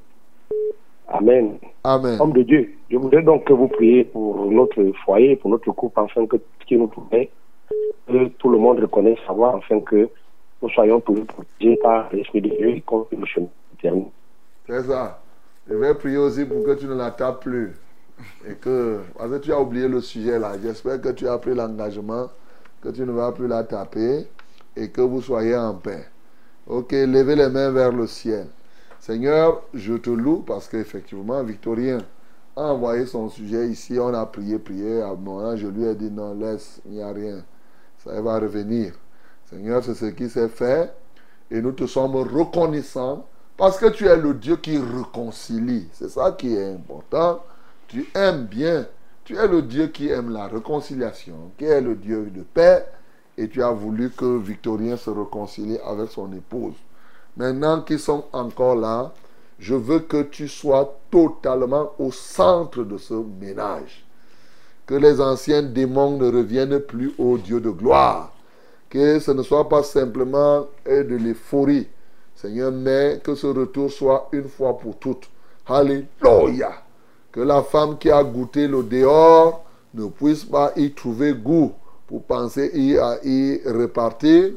Amen. Amen. Homme de Dieu, je voudrais donc que vous priez pour notre foyer, pour notre couple, afin que ce qui nous pourrait, que tout le monde reconnaisse, savoir, afin que nous soyons toujours protégés par l'Esprit de Dieu et comme le chemin éternel. C'est ça. Je vais prier aussi pour que tu ne la tapes plus. Et que, parce que tu as oublié le sujet là. J'espère que tu as pris l'engagement, que tu ne vas plus la taper et que vous soyez en paix. Ok, levez les mains vers le ciel. Seigneur, je te loue parce qu'effectivement, Victorien a envoyé son sujet ici. On a prié, prié. À un moment, je lui ai dit non, laisse, il n'y a rien. Ça va revenir. Seigneur, c'est ce qui s'est fait. Et nous te sommes reconnaissants parce que tu es le Dieu qui réconcilie. C'est ça qui est important. Tu aimes bien. Tu es le Dieu qui aime la réconciliation, qui est le Dieu de paix. Et tu as voulu que Victorien se réconcilie avec son épouse. Maintenant qu'ils sont encore là, je veux que tu sois totalement au centre de ce ménage. Que les anciens démons ne reviennent plus au Dieu de gloire. Que ce ne soit pas simplement de l'euphorie, Seigneur, mais que ce retour soit une fois pour toutes. Alléluia. Que la femme qui a goûté le dehors ne puisse pas y trouver goût pour penser y, à y repartir.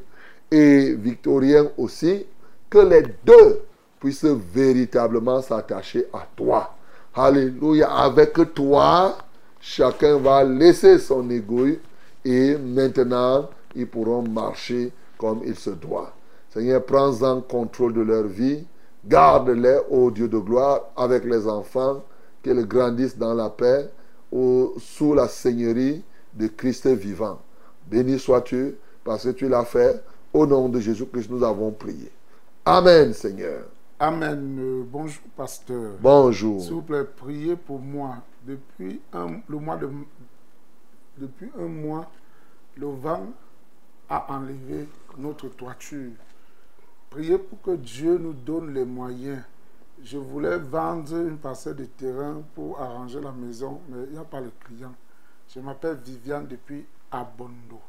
Et Victorien aussi, que les deux puissent véritablement s'attacher à toi. Alléluia. Avec toi, chacun va laisser son égoïsme et maintenant, ils pourront marcher comme il se doit. Seigneur, prends-en contrôle de leur vie. Garde-les, ô Dieu de gloire, avec les enfants, qu'ils grandissent dans la paix, au, sous la seigneurie de Christ vivant. Béni sois-tu, parce que tu l'as fait. Au nom de Jésus-Christ, nous avons prié. Amen, Seigneur. Amen. Euh, bonjour, pasteur. Bonjour. S'il vous plaît, priez pour moi. Depuis un, le mois de, depuis un mois, le vent a enlevé notre toiture. Priez pour que Dieu nous donne les moyens. Je voulais vendre une parcelle de terrain pour arranger la maison, mais il n'y a pas le client. Je m'appelle Viviane depuis Abondo.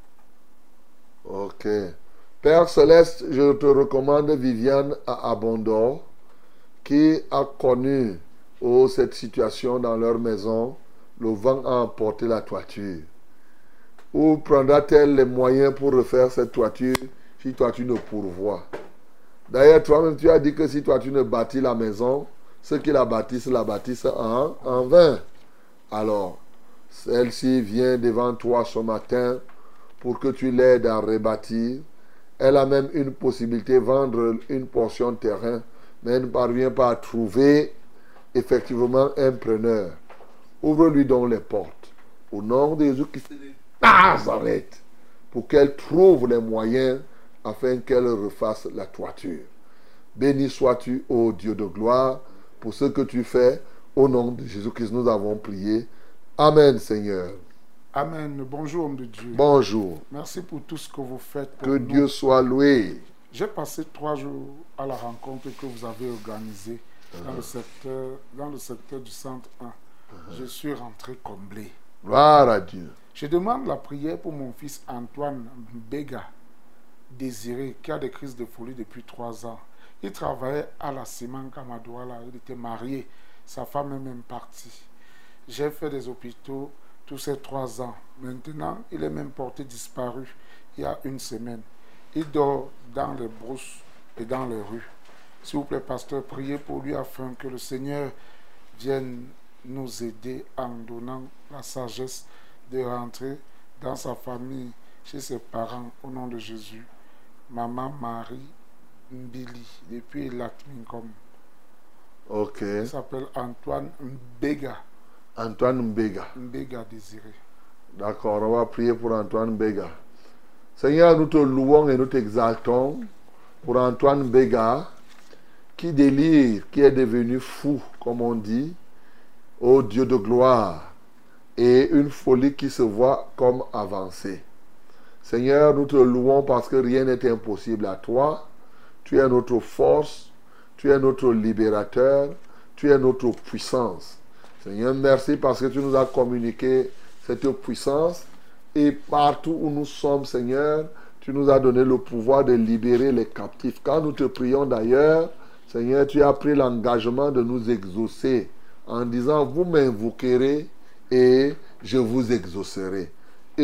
Ok. Père Céleste, je te recommande Viviane à Abondo, qui a connu oh, cette situation dans leur maison. Le vent a emporté la toiture. Où prendra-t-elle les moyens pour refaire cette toiture si toi tu ne pourvois? D'ailleurs, toi-même, tu as dit que si toi tu ne bâtis la maison, ceux qui la bâtissent, la bâtissent en, en vain. Alors, Celle-ci vient devant toi ce matin pour que tu l'aides à rebâtir. Elle a même une possibilité de vendre une portion de terrain, mais elle ne parvient pas à trouver effectivement un preneur. Ouvre-lui donc les portes. Au nom de Jésus-Christ de Nazareth, pour qu'elle trouve les moyens afin qu'elle refasse la toiture. Béni sois-tu, ô Dieu de gloire, pour ce que tu fais. Au nom de Jésus-Christ, nous avons prié. Amen, Seigneur. Amen. Bonjour, homme de Dieu. Bonjour. Merci pour tout ce que vous faites pour Que nous. Dieu soit loué. J'ai passé trois jours à la rencontre que vous avez organisée uh-huh. dans, le secteur, dans le secteur du centre un. Uh-huh. Je suis rentré comblé. Gloire à Dieu. Je demande la prière pour mon fils Antoine Mbega, désiré, qui a des crises de folie depuis trois ans. Il travaillait à la Ciment Kamadouala. Il était marié. Sa femme est même partie. J'ai fait des hôpitaux tous ces trois ans. Maintenant, il est même porté disparu il y a une semaine. Il dort dans les brousses et dans les rues. S'il vous plaît, pasteur, priez pour lui afin que le Seigneur vienne nous aider en donnant la sagesse de rentrer dans sa famille, chez ses parents, au nom de Jésus. Maman Marie Mbili, depuis Latminkom. Ok. Il s'appelle Antoine Mbega. Antoine Mbega. Mbega désiré. D'accord, on va prier pour Antoine Mbega. Seigneur, nous te louons et nous t'exaltons pour Antoine Mbega, qui délire, qui est devenu fou, comme on dit, ô Dieu de gloire, et une folie qui se voit comme avancée. Seigneur, nous te louons parce que rien n'est impossible à toi. Tu es notre force, tu es notre libérateur, tu es notre puissance. Seigneur, merci parce que tu nous as communiqué cette puissance et partout où nous sommes, Seigneur, tu nous as donné le pouvoir de libérer les captifs. Quand nous te prions d'ailleurs, Seigneur, tu as pris l'engagement de nous exaucer en disant, vous m'invoquerez et je vous exaucerai.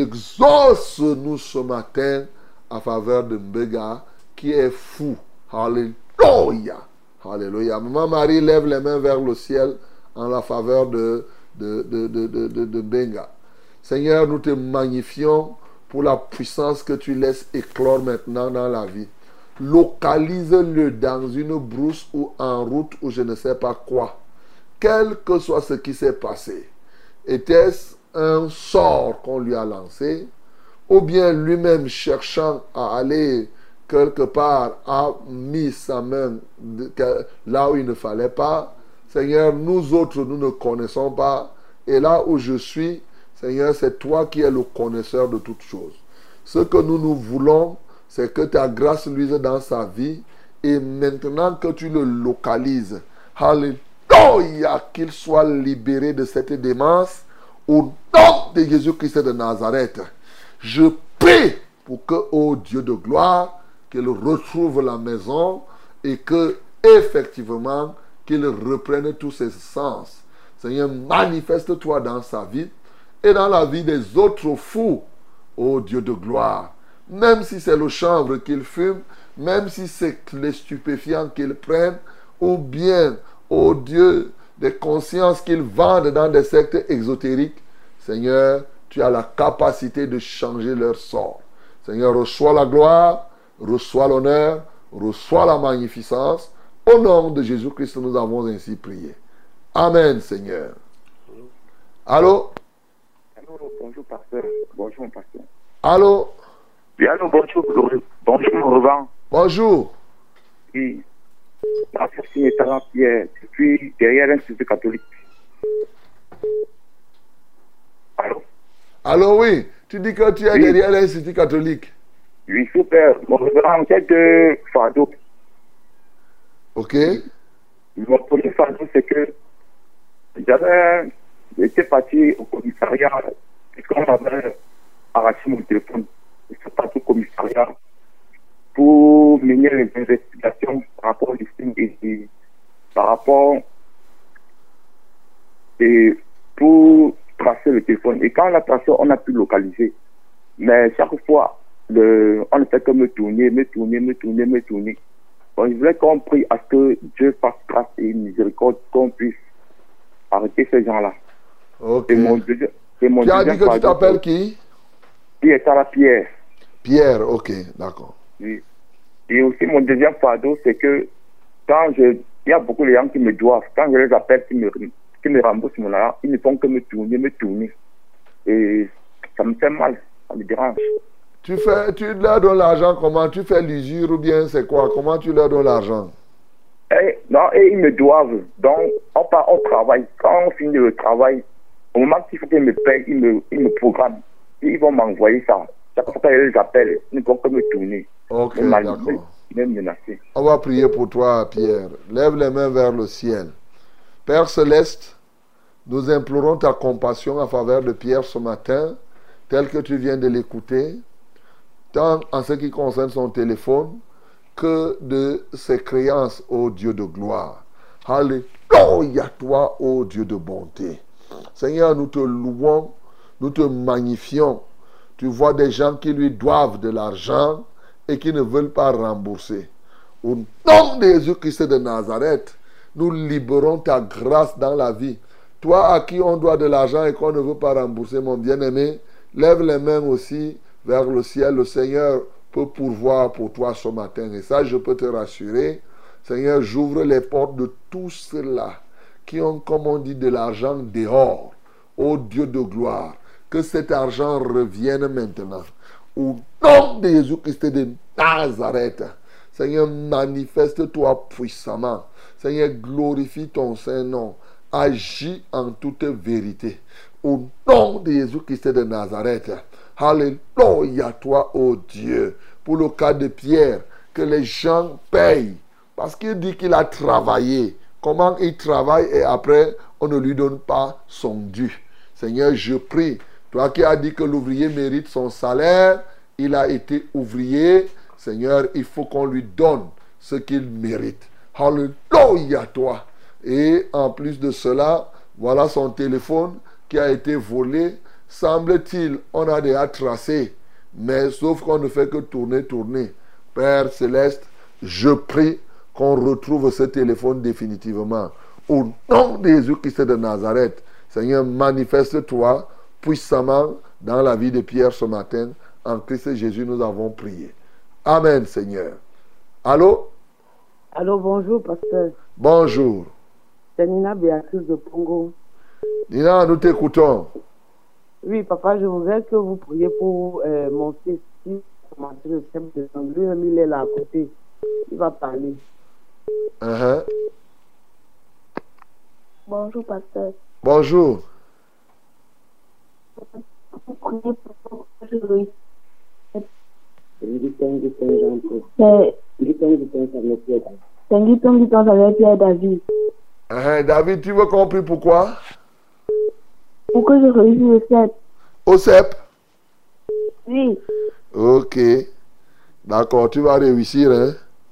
Exauce-nous ce matin en faveur de Mbega qui est fou. Alléluia. Alléluia. Maman Marie lève les mains vers le ciel en la faveur de, de, de, de, de, de, de Mbega. Seigneur, nous te magnifions pour la puissance que tu laisses éclore maintenant dans la vie. Localise-le dans une brousse ou en route ou je ne sais pas quoi. Quel que soit ce qui s'est passé, était-ce un sort qu'on lui a lancé, ou bien lui-même cherchant à aller quelque part a mis sa main là où il ne fallait pas. Seigneur, nous autres, nous ne connaissons pas. Et là où je suis, Seigneur, c'est toi qui es le connaisseur de toutes choses. Ce que nous nous voulons, c'est que ta grâce luise dans sa vie. Et maintenant que tu le localises, alléluia, qu'il soit libéré de cette démence. Au nom de Jésus-Christ de Nazareth, je prie pour que, ô Dieu de gloire, qu'il retrouve la maison et que, effectivement, qu'il reprenne tous ses sens. Seigneur, manifeste-toi dans sa vie et dans la vie des autres fous, ô Dieu de gloire. Même si c'est le chanvre qu'ils fument, même si c'est les stupéfiants qu'ils prennent, ou bien, ô Dieu, des consciences qu'ils vendent dans des sectes exotériques, Seigneur, tu as la capacité de changer leur sort. Seigneur, reçois la gloire, reçois l'honneur, reçois la magnificence. Au nom de Jésus-Christ, nous avons ainsi prié. Amen, Seigneur. Allô? Allô, bonjour, pasteur. Bonjour, mon pasteur. Allô? Oui, allô, bonjour. Bonjour, Revent. Bonjour. Oui. Pasteur Sinétaran Pierre, je suis derrière l'Institut catholique. Allô? Allô, oui. Tu dis que tu es oui. derrière l'Institut catholique. Oui, super. Mon révérend, c'est de fardeau. Ok. Mon premier fardeau, c'est que j'avais été parti au commissariat et qu'on m'avait arraché mon téléphone. Je suis parti au commissariat pour mener les investigations par rapport au listing et par rapport et pour tracer le téléphone. Et quand on l'a tracé, on a pu localiser. Mais chaque fois, le, on ne fait que me tourner, me tourner, me tourner, me tourner. Donc, je voulais qu'on prie à ce que Dieu fasse grâce et miséricorde, qu'on puisse arrêter ces gens-là. Okay. Et mon deuxième, Et mon Tu as dit deuxième que tu fardeau, t'appelles qui? Pierre Tala Pierre. Pierre, ok, d'accord. Oui. Et aussi, mon deuxième fardeau, c'est que quand je. Il y a beaucoup de gens qui me doivent. Quand je les appelle, qui me, qui me remboursent mon argent, ils ne font que me tourner, me tourner. Et ça me fait mal, ça me dérange. Tu, fais, tu leur donnes l'argent comment? Tu fais l'usure ou bien c'est quoi? Comment tu leur donnes l'argent? Et, non, et ils me doivent. Donc, on part au travail. Quand on finit le travail, au moment qu'il faut qu'ils me payent, ils me, ils me programment. Et ils vont m'envoyer ça. Chaque fois que je les appelle, ils ne font que me tourner. Ok, me d'accord. Me menacer. On va prier pour toi, Pierre. Lève les mains vers le ciel. Père Céleste, nous implorons ta compassion en faveur de Pierre ce matin, tel que tu viens de l'écouter, tant en ce qui concerne son téléphone que de ses créances, ô Dieu de gloire. Alléluia, toi, ô Dieu de bonté. Seigneur, nous te louons, nous te magnifions. Tu vois des gens qui lui doivent de l'argent et qui ne veulent pas rembourser. Au nom de Jésus-Christ de Nazareth, nous libérons ta grâce dans la vie. Toi à qui on doit de l'argent et qu'on ne veut pas rembourser, mon bien-aimé, lève les mains aussi vers le ciel. Le Seigneur peut pourvoir pour toi ce matin. Et ça, je peux te rassurer. Seigneur, j'ouvre les portes de tous ceux-là qui ont, comme on dit, de l'argent dehors. Ô Dieu de gloire, que cet argent revienne maintenant. Au nom de Jésus-Christ de Nazareth, Seigneur, manifeste-toi puissamment. Seigneur, glorifie ton Saint-Nom. Agis en toute vérité. Au nom de Jésus-Christ de Nazareth. Alléluia, toi, ô Dieu. Pour le cas de Pierre, que les gens payent. Parce qu'il dit qu'il a travaillé. Comment il travaille et après, on ne lui donne pas son dû. Seigneur, je prie. Toi qui as dit que l'ouvrier mérite son salaire, il a été ouvrier. Seigneur, il faut qu'on lui donne ce qu'il mérite. Alléluia, toi. Et en plus de cela, voilà son téléphone qui a été volé. Semble-t-il, on a déjà tracé. Mais sauf qu'on ne fait que tourner, tourner. Père Céleste, je prie qu'on retrouve ce téléphone définitivement. Au nom de Jésus-Christ de Nazareth, Seigneur, manifeste-toi puissamment dans la vie de Pierre ce matin. En Christ Jésus, nous avons prié. Amen, Seigneur. Allô? Allô, bonjour, pasteur. Bonjour. C'est Nina Béatrice de Pongo. Nina, nous t'écoutons. Oui, papa, je voudrais que vous priez pour euh, mon fils qui a commencé le C E P de Saint-Louis. Il est là à côté. Il va parler. Uh-huh. Bonjour, pasteur. Bonjour. Vous priez pour que je réussisse. Uh-huh. David, tu veux qu'on prie pourquoi? Pour que je réussisse le C E P. Au C E P? Oui. Ok. D'accord, tu vas réussir, hein?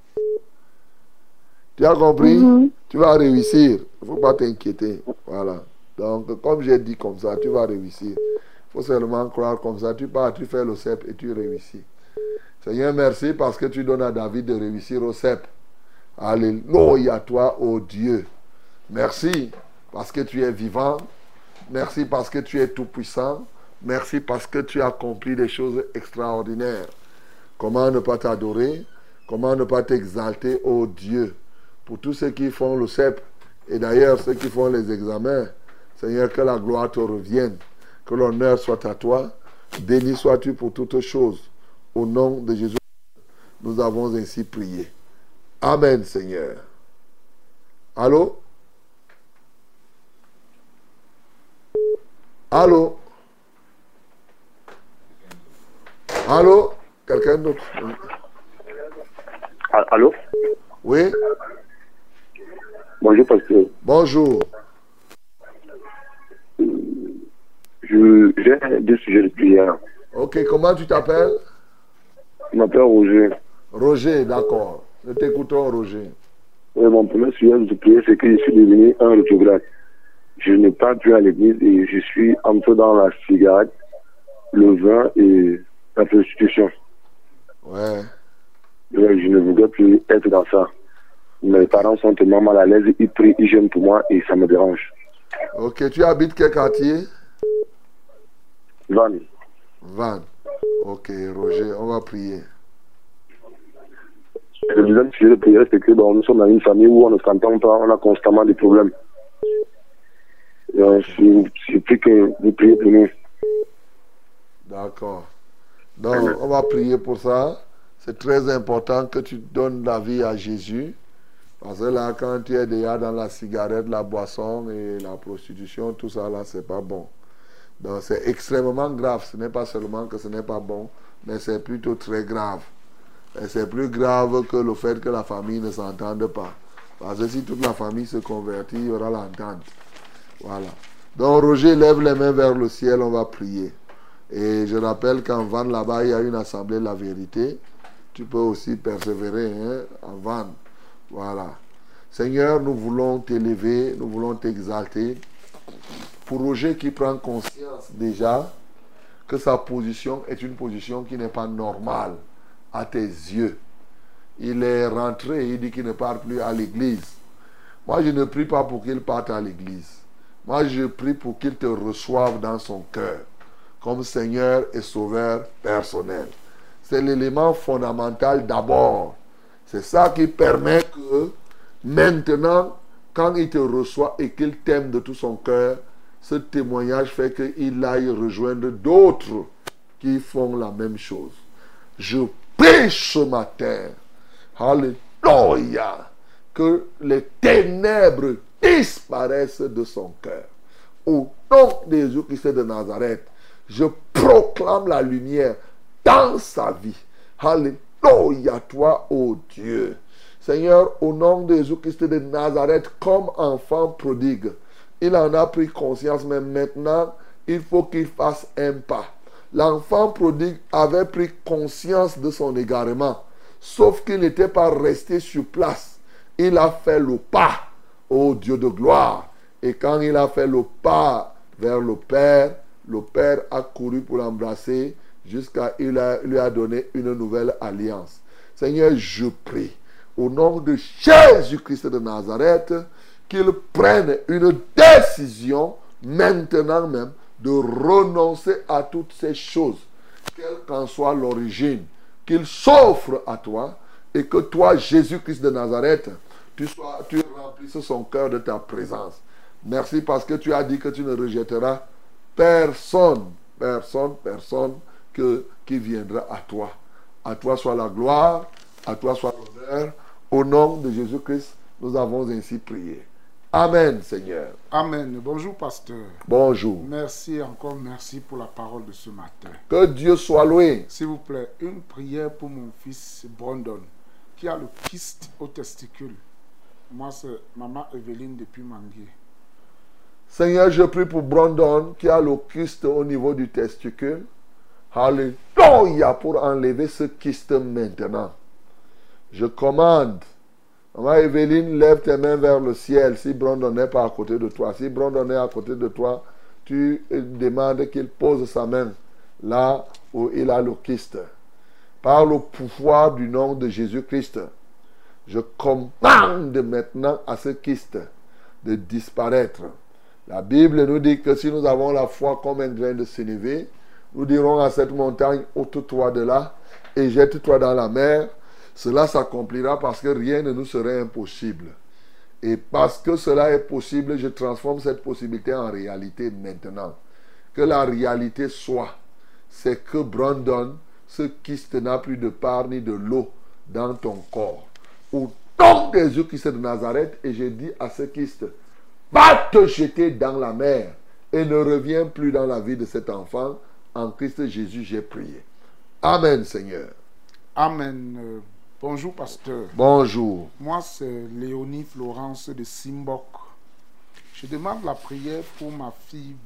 Tu as compris? Mm-hmm. Tu vas réussir. Il ne faut pas t'inquiéter. Voilà. Donc, comme j'ai dit comme ça, tu vas réussir. Il faut seulement croire comme ça. Tu pars, tu fais le C E P et tu réussis. Seigneur, merci parce que tu donnes à David de réussir au C E P. Alléluia, toi, ô Dieu. Merci parce que tu es vivant. Merci parce que tu es tout-puissant. Merci parce que tu as accompli des choses extraordinaires. Comment ne pas t'adorer? Comment ne pas t'exalter, ô Dieu? Pour tous ceux qui font le C E P et d'ailleurs ceux qui font les examens, Seigneur, que la gloire te revienne, que l'honneur soit à toi. Béni sois-tu pour toutes choses. Au nom de Jésus, nous avons ainsi prié. Amen, Seigneur. Allô? Allô? Allô? Quelqu'un d'autre? Allô? Oui? Bonjour, pasteur. Bonjour. Je, j'ai deux sujets de prière. Ok, comment tu t'appelles? Je m'appelle Roger. Roger, d'accord. Nous t'écoutons, Roger. Oui, mon premier sujet de prière, c'est que je suis devenu un rétrograde. Je n'ai pas dû à l'église et je suis entré dans la cigarette, le vin et la prostitution. Ouais. Je ne voudrais plus être dans ça. Mes parents sont tellement mal à l'aise, ils prient, ils gênent pour moi et ça me dérange. Ok, tu habites quel quartier? Van. Van. Ok, Roger, on va prier. Le deuxième sujet de prière, c'est que bon, nous sommes dans une famille où on ne s'entend pas, on a constamment des problèmes. Et on supplie que vous priez pour nous. D'accord. Donc, on va prier pour ça. C'est très important que tu donnes la vie à Jésus. Parce que là, quand tu es déjà dans la cigarette, la boisson et la prostitution, tout ça là, c'est pas bon. Donc, c'est extrêmement grave. Ce n'est pas seulement que ce n'est pas bon, mais c'est plutôt très grave. Et c'est plus grave que le fait que la famille ne s'entende pas. Parce que si toute la famille se convertit, il y aura l'entente. Voilà. Donc, Roger, lève les mains vers le ciel, on va prier. Et je rappelle qu'en Vannes, là-bas, il y a une assemblée de la vérité. Tu peux aussi persévérer hein, en Vannes. Voilà. Seigneur, nous voulons t'élever, nous voulons t'exalter. Pour Roger qui prend conscience déjà que sa position est une position qui n'est pas normale à tes yeux. Il est rentré, il dit qu'il ne part plus à l'église. Moi, je ne prie pas pour qu'il parte à l'église. Moi, je prie pour qu'il te reçoive dans son cœur comme Seigneur et Sauveur personnel. C'est l'élément fondamental d'abord. C'est ça qui permet que maintenant, quand il te reçoit et qu'il t'aime de tout son cœur, ce témoignage fait qu'il aille rejoindre d'autres qui font la même chose. Je prie ce matin, alléluia, que les ténèbres disparaissent de son cœur. Au nom de Jésus-Christ de Nazareth, je proclame la lumière dans sa vie. Alléluia, toi, ô Dieu. Seigneur, au nom de Jésus-Christ de Nazareth, comme enfant prodigue, il en a pris conscience, mais maintenant, il faut qu'il fasse un pas. L'enfant prodigue avait pris conscience de son égarement, sauf qu'il n'était pas resté sur place. Il a fait le pas, ô Dieu de gloire. Et quand il a fait le pas vers le Père, le Père a couru pour l'embrasser jusqu'à il lui a donné une nouvelle alliance. Seigneur, je prie, au nom de Jésus-Christ de Nazareth, qu'il prenne une décision maintenant même de renoncer à toutes ces choses, quelle qu'en soit l'origine, qu'il s'offre à toi et que toi, Jésus-Christ de Nazareth, tu, sois, tu remplisses son cœur de ta présence. Merci parce que tu as dit que tu ne rejetteras personne, personne, personne que, qui viendra à toi. À toi soit la gloire, à toi soit l'honneur. Au nom de Jésus-Christ, nous avons ainsi prié. Amen, Seigneur. Amen. Bonjour, pasteur. Bonjour. Merci encore, merci pour la parole de ce matin. Que Dieu soit loué. S'il vous plaît, une prière pour mon fils Brandon, qui a le kyste au testicule. Moi, c'est maman Evelyne depuis Manguier. Seigneur, je prie pour Brandon, qui a le kyste au niveau du testicule. Alléluia, pour enlever ce kyste maintenant. Je commande. Maman Evelyne, lève tes mains vers le ciel si Brandon n'est pas à côté de toi. Si Brandon est à côté de toi, tu demandes qu'il pose sa main là où il a le kyste. Par le pouvoir du nom de Jésus-Christ, je commande maintenant à ce kyste de disparaître. La Bible nous dit que si nous avons la foi comme un grain de sénévé, nous dirons à cette montagne, ôte-toi de là et jette-toi dans la mer. Cela s'accomplira parce que rien ne nous serait impossible. Et parce que cela est possible, je transforme cette possibilité en réalité maintenant. Que la réalité soit, c'est que Brandon, ce kyste n'a plus de part ni de l'eau dans ton corps. Au nom de Jésus-Christ de Nazareth, et je dis à ce kyste, va te jeter dans la mer et ne reviens plus dans la vie de cet enfant. En Christ Jésus, j'ai prié. Amen, Seigneur. Amen. Bonjour, pasteur. Bonjour. Moi, c'est Léonie Florence de Simbok. Je demande la prière pour ma fille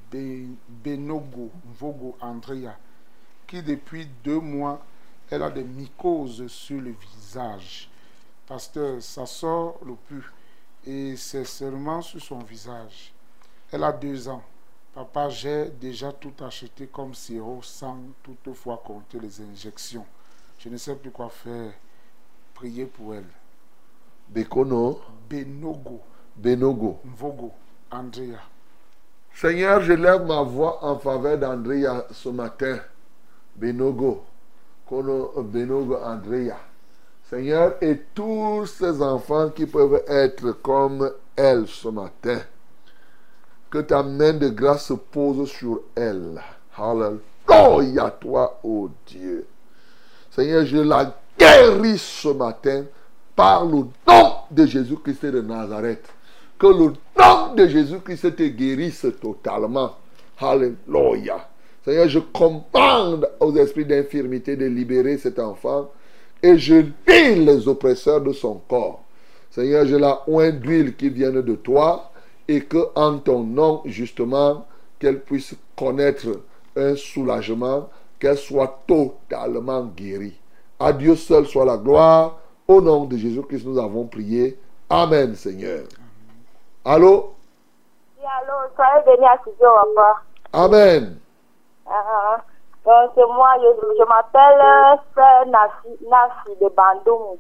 Benogo Vogo Andrea, qui depuis deux mois, elle a des mycoses sur le visage. Pasteur, ça sort le pus et c'est seulement sur son visage. Elle a deux ans. Papa, j'ai déjà tout acheté comme sirop sans toutefois compter les injections. Je ne sais plus quoi faire. Priez pour elle. Bekono. Benogo. Benogo. Vogo. Andrea. Seigneur, je lève ma voix en faveur d'Andrea ce matin. Benogo. Kono Benogo Andrea. Seigneur, et tous ces enfants qui peuvent être comme elle ce matin. Que ta main de grâce se pose sur elle. Alléluia, toi, ô Dieu. Seigneur, je la guéris ce matin par le nom de Jésus-Christ de Nazareth. Que le nom de Jésus-Christ te guérisse totalement. Alléluia. Seigneur, je commande aux esprits d'infirmité de libérer cet enfant et je lis les oppresseurs de son corps. Seigneur, je la oins d'huile qui vienne de toi et que en ton nom, justement, qu'elle puisse connaître un soulagement, qu'elle soit totalement guérie. À Dieu seul soit la gloire. Au nom de Jésus-Christ, nous avons prié. Amen, Seigneur. Allô? Oui, allô, soyez bénis à ce jour, papa. Amen. Uh, donc, c'est moi, je, je m'appelle Sœur Nafi, Nafi de Bandoum.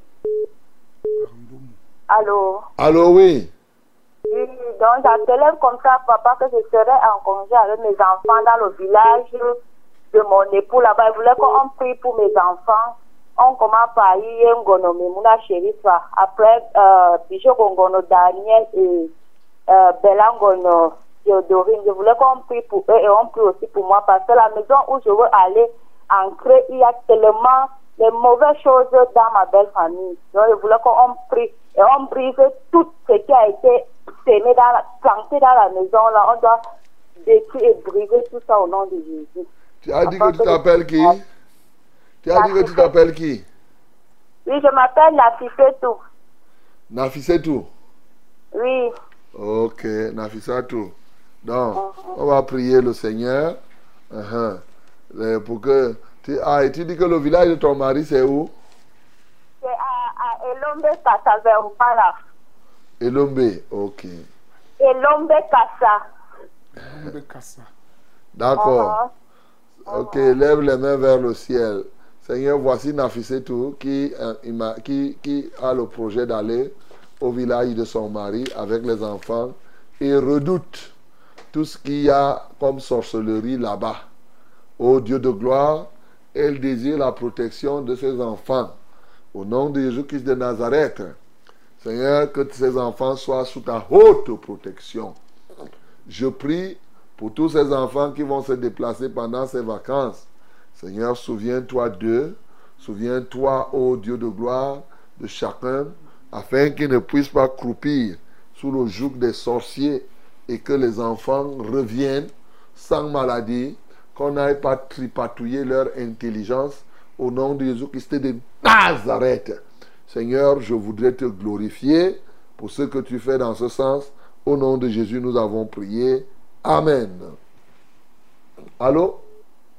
Allô? Allô, oui. Oui, donc j'appelais comme ça, papa, que je serais en congé avec mes enfants dans le village de mon époux là-bas. Il voulait qu'on prie pour mes enfants. On commence par Yengono Memouna Sherifa. Après, euh, Picho Gongono Daniel et euh, Belangono Théodorine. Je voulais qu'on prie pour eux et on prie aussi pour moi parce que la maison où je veux aller ancrer, il y a tellement de mauvaises choses dans ma belle famille. Donc je voulais qu'on prie et on brise tout ce qui a été semé dans la, planté dans la maison là. On doit détruire et briser tout ça au nom de Jésus. Tu as dit que tu t'appelles qui? Tu as dit que tu t'appelles qui? Oui, je m'appelle Nafisetou. Nafisetou? Oui. Ok, Nafisetou. Donc, uh-huh. on va prier le Seigneur. Uh-huh. Pour que tu, ah, et tu dis que le village de ton mari, c'est où? C'est à, à Elombe Kassa, vers Oupala. Elombe, ok. Elombe Kassa. Elombe Kassa. D'accord. Uh-huh. Ok, lève les mains vers le ciel. Seigneur, voici Nafisetou qui, euh, qui, qui a le projet d'aller au village de son mari avec les enfants et redoute tout ce qu'il y a comme sorcellerie là-bas. Ô Dieu de gloire, elle désire la protection de ses enfants. Au nom de Jésus-Christ de Nazareth, Seigneur, que ces enfants soient sous ta haute protection. Je prie pour tous ces enfants qui vont se déplacer pendant ces vacances. Seigneur, souviens-toi d'eux. Souviens-toi, ô Dieu de gloire, de chacun, afin qu'ils ne puissent pas croupir sous le joug des sorciers et que les enfants reviennent sans maladie, qu'on n'aille pas tripatouiller leur intelligence au nom de Jésus-Christ de Nazareth. Seigneur, je voudrais te glorifier pour ce que tu fais dans ce sens. Au nom de Jésus, nous avons prié. Amen. Allô?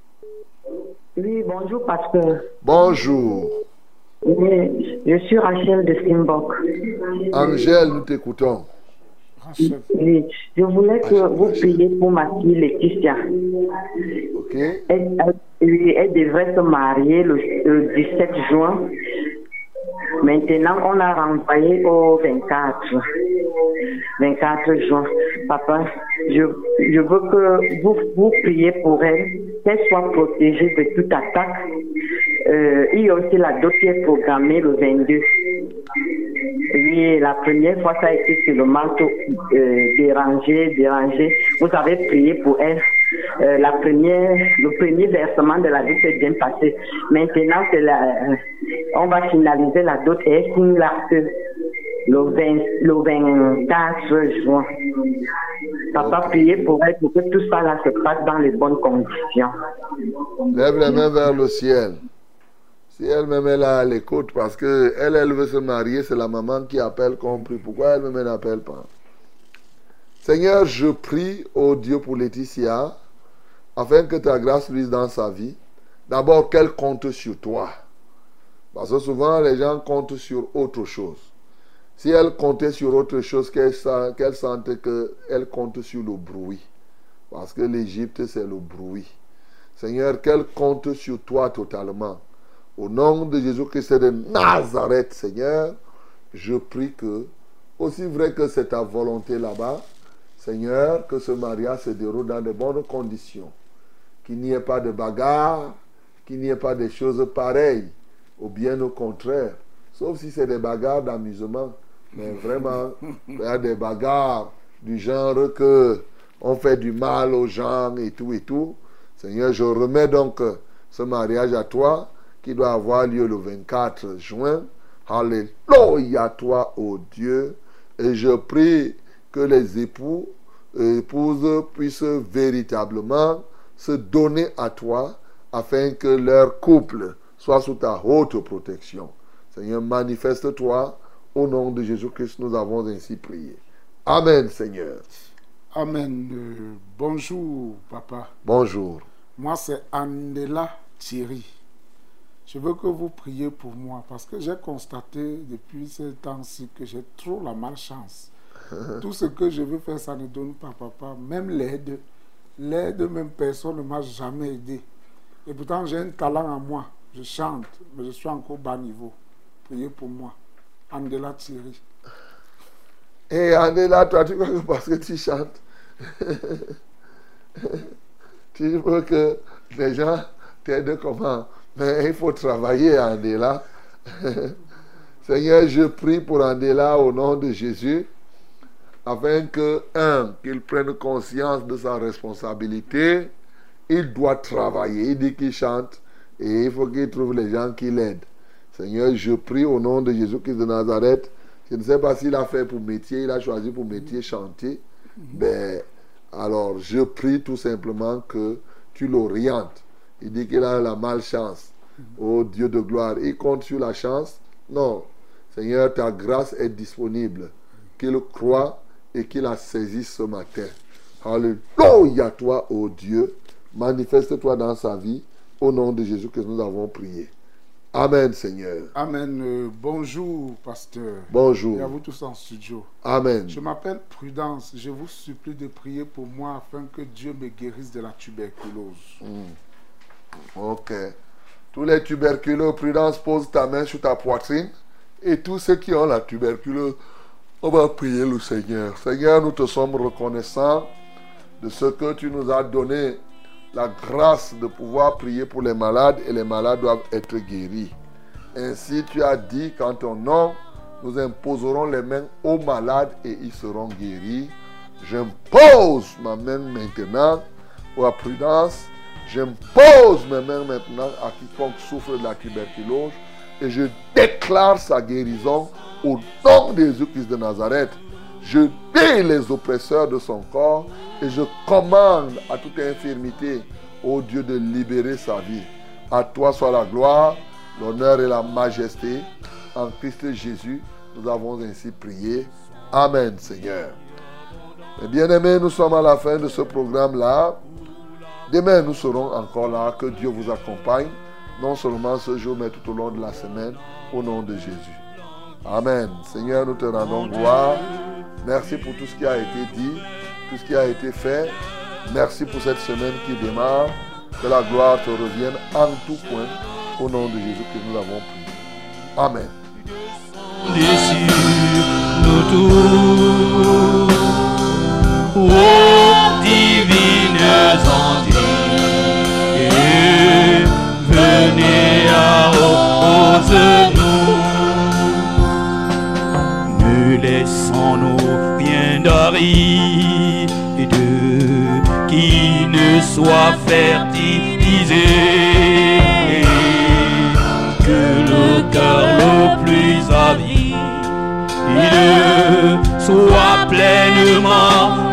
Oui, bonjour, pasteur. Bonjour. Oui, je suis Rachel de Simbok. Angèle, nous t'écoutons. Oui, je voulais que vous priez pour ma fille Laetitia. Ok. Elle, elle, elle devrait se marier le, le dix-sept juin. Maintenant, on a renvoyé au vingt-quatre. vingt-quatre juin. Papa, je, je veux que vous, vous priez pour elle, qu'elle soit protégée de toute attaque. Euh, il y a aussi la dot qui est programmée le vingt-deux. Oui, la première fois, ça a été sur le manteau euh, dérangé, dérangé. Vous avez prié pour elle. Euh, la première, le premier versement de la dot est bien passé. Maintenant, c'est la, euh, on va finaliser la dot et elle signe l'acte le, vingt, le vingt-quatre juin. Papa, priez pour elle pour que tout ça là se passe dans les bonnes conditions. Lève les mains vers le ciel. Si elle-même est là à l'écoute, parce que elle, elle veut se marier, c'est la maman qui appelle qu'on prie. Pourquoi elle-même n'appelle pas? Seigneur, je prie au Dieu pour Laetitia, afin que ta grâce luise dans sa vie. D'abord, qu'elle compte sur toi. Parce que souvent, les gens comptent sur autre chose. Si elle comptait sur autre chose, qu'elle sent, qu'elle sente qu'elle compte sur le bruit. Parce que l'Égypte, c'est le bruit. Seigneur, qu'elle compte sur toi totalement. Au nom de Jésus-Christ de Nazareth, Seigneur, je prie que, aussi vrai que c'est ta volonté là-bas, Seigneur, que ce mariage se déroule dans de bonnes conditions. Qu'il n'y ait pas de bagarre, qu'il n'y ait pas de choses pareilles, ou bien au contraire. Sauf si c'est des bagarres d'amusement. Mais vraiment, il y a des bagarres du genre que on fait du mal aux gens et tout et tout. Seigneur, je remets donc ce mariage à toi qui doit avoir lieu le vingt-quatre juin. Alléluia à toi, ô Dieu. Et je prie que les époux et épouses puissent véritablement se donner à toi afin que leur couple soit sous ta haute protection. Seigneur, manifeste-toi. Au nom de Jésus-Christ, nous avons ainsi prié. Amen, Seigneur. Amen. Euh, bonjour, papa. Bonjour. Moi, c'est Andela Thierry. Je veux que vous priez pour moi parce que j'ai constaté depuis ce temps-ci que j'ai trop la malchance. Tout ce que je veux faire, ça ne donne pas, papa. Même l'aide. L'aide, même personne ne m'a jamais aidé. Et pourtant, j'ai un talent en moi. Je chante, mais je suis encore bas niveau. Priez pour moi. Andela Thierry. Et Andela, toi, tu crois que parce que tu chantes, tu veux que les gens t'aident comment? Mais il faut travailler, Andela. Seigneur, je prie pour Andela au nom de Jésus, afin que, un, qu'il prenne conscience de sa responsabilité. Il doit travailler. Il dit qu'il chante et il faut qu'il trouve les gens qui l'aident. Seigneur, je prie au nom de Jésus-Christ de Nazareth. Je ne sais pas s'il a fait pour métier, il a choisi pour métier chanter. Ben, alors, je prie tout simplement que tu l'orientes. Il dit qu'il a la malchance. Oh Dieu de gloire, il compte sur la chance. Non, Seigneur, ta grâce est disponible. Qu'il croit et qu'il la saisisse ce matin. Alléluia, toi, oh Dieu. Manifeste-toi dans sa vie. Au nom de Jésus que nous avons prié. Amen, Seigneur. Amen. Euh, bonjour, pasteur. Bonjour. Et à vous tous en studio. Amen. Je m'appelle Prudence. Je vous supplie de prier pour moi afin que Dieu me guérisse de la tuberculose. Mm. Ok. Tous les tuberculeux, Prudence, pose ta main sur ta poitrine. Et tous ceux qui ont la tuberculose, on va prier le Seigneur. Seigneur, nous te sommes reconnaissants de ce que tu nous as donné. La grâce de pouvoir prier pour les malades et les malades doivent être guéris. Ainsi tu as dit qu'en ton nom, nous imposerons les mains aux malades et ils seront guéris. J'impose ma main maintenant ou à Prudence. J'impose mes mains maintenant à quiconque souffre de la tuberculose et je déclare sa guérison au nom de Jésus-Christ de Nazareth. Je dis les oppresseurs de son corps et je commande à toute infirmité, ô Dieu, de libérer sa vie. À toi soit la gloire, l'honneur et la majesté. En Christ Jésus, nous avons ainsi prié. Amen, Seigneur. Mes bien-aimés, nous sommes à la fin de ce programme-là. Demain, nous serons encore là. Que Dieu vous accompagne, non seulement ce jour, mais tout au long de la semaine, au nom de Jésus. Amen. Seigneur, nous te rendons gloire. Merci pour tout ce qui a été dit, tout ce qui a été fait. Merci pour cette semaine qui démarre. Que la gloire te revienne en tout point. Au nom de Jésus que nous avons prié. Amen. Dessus nous tous, ô divines entités, venez à nous. Ne laissons-nous rien d'aride qui ne soit fertilisé, que le cœur le plus avide soit pleinement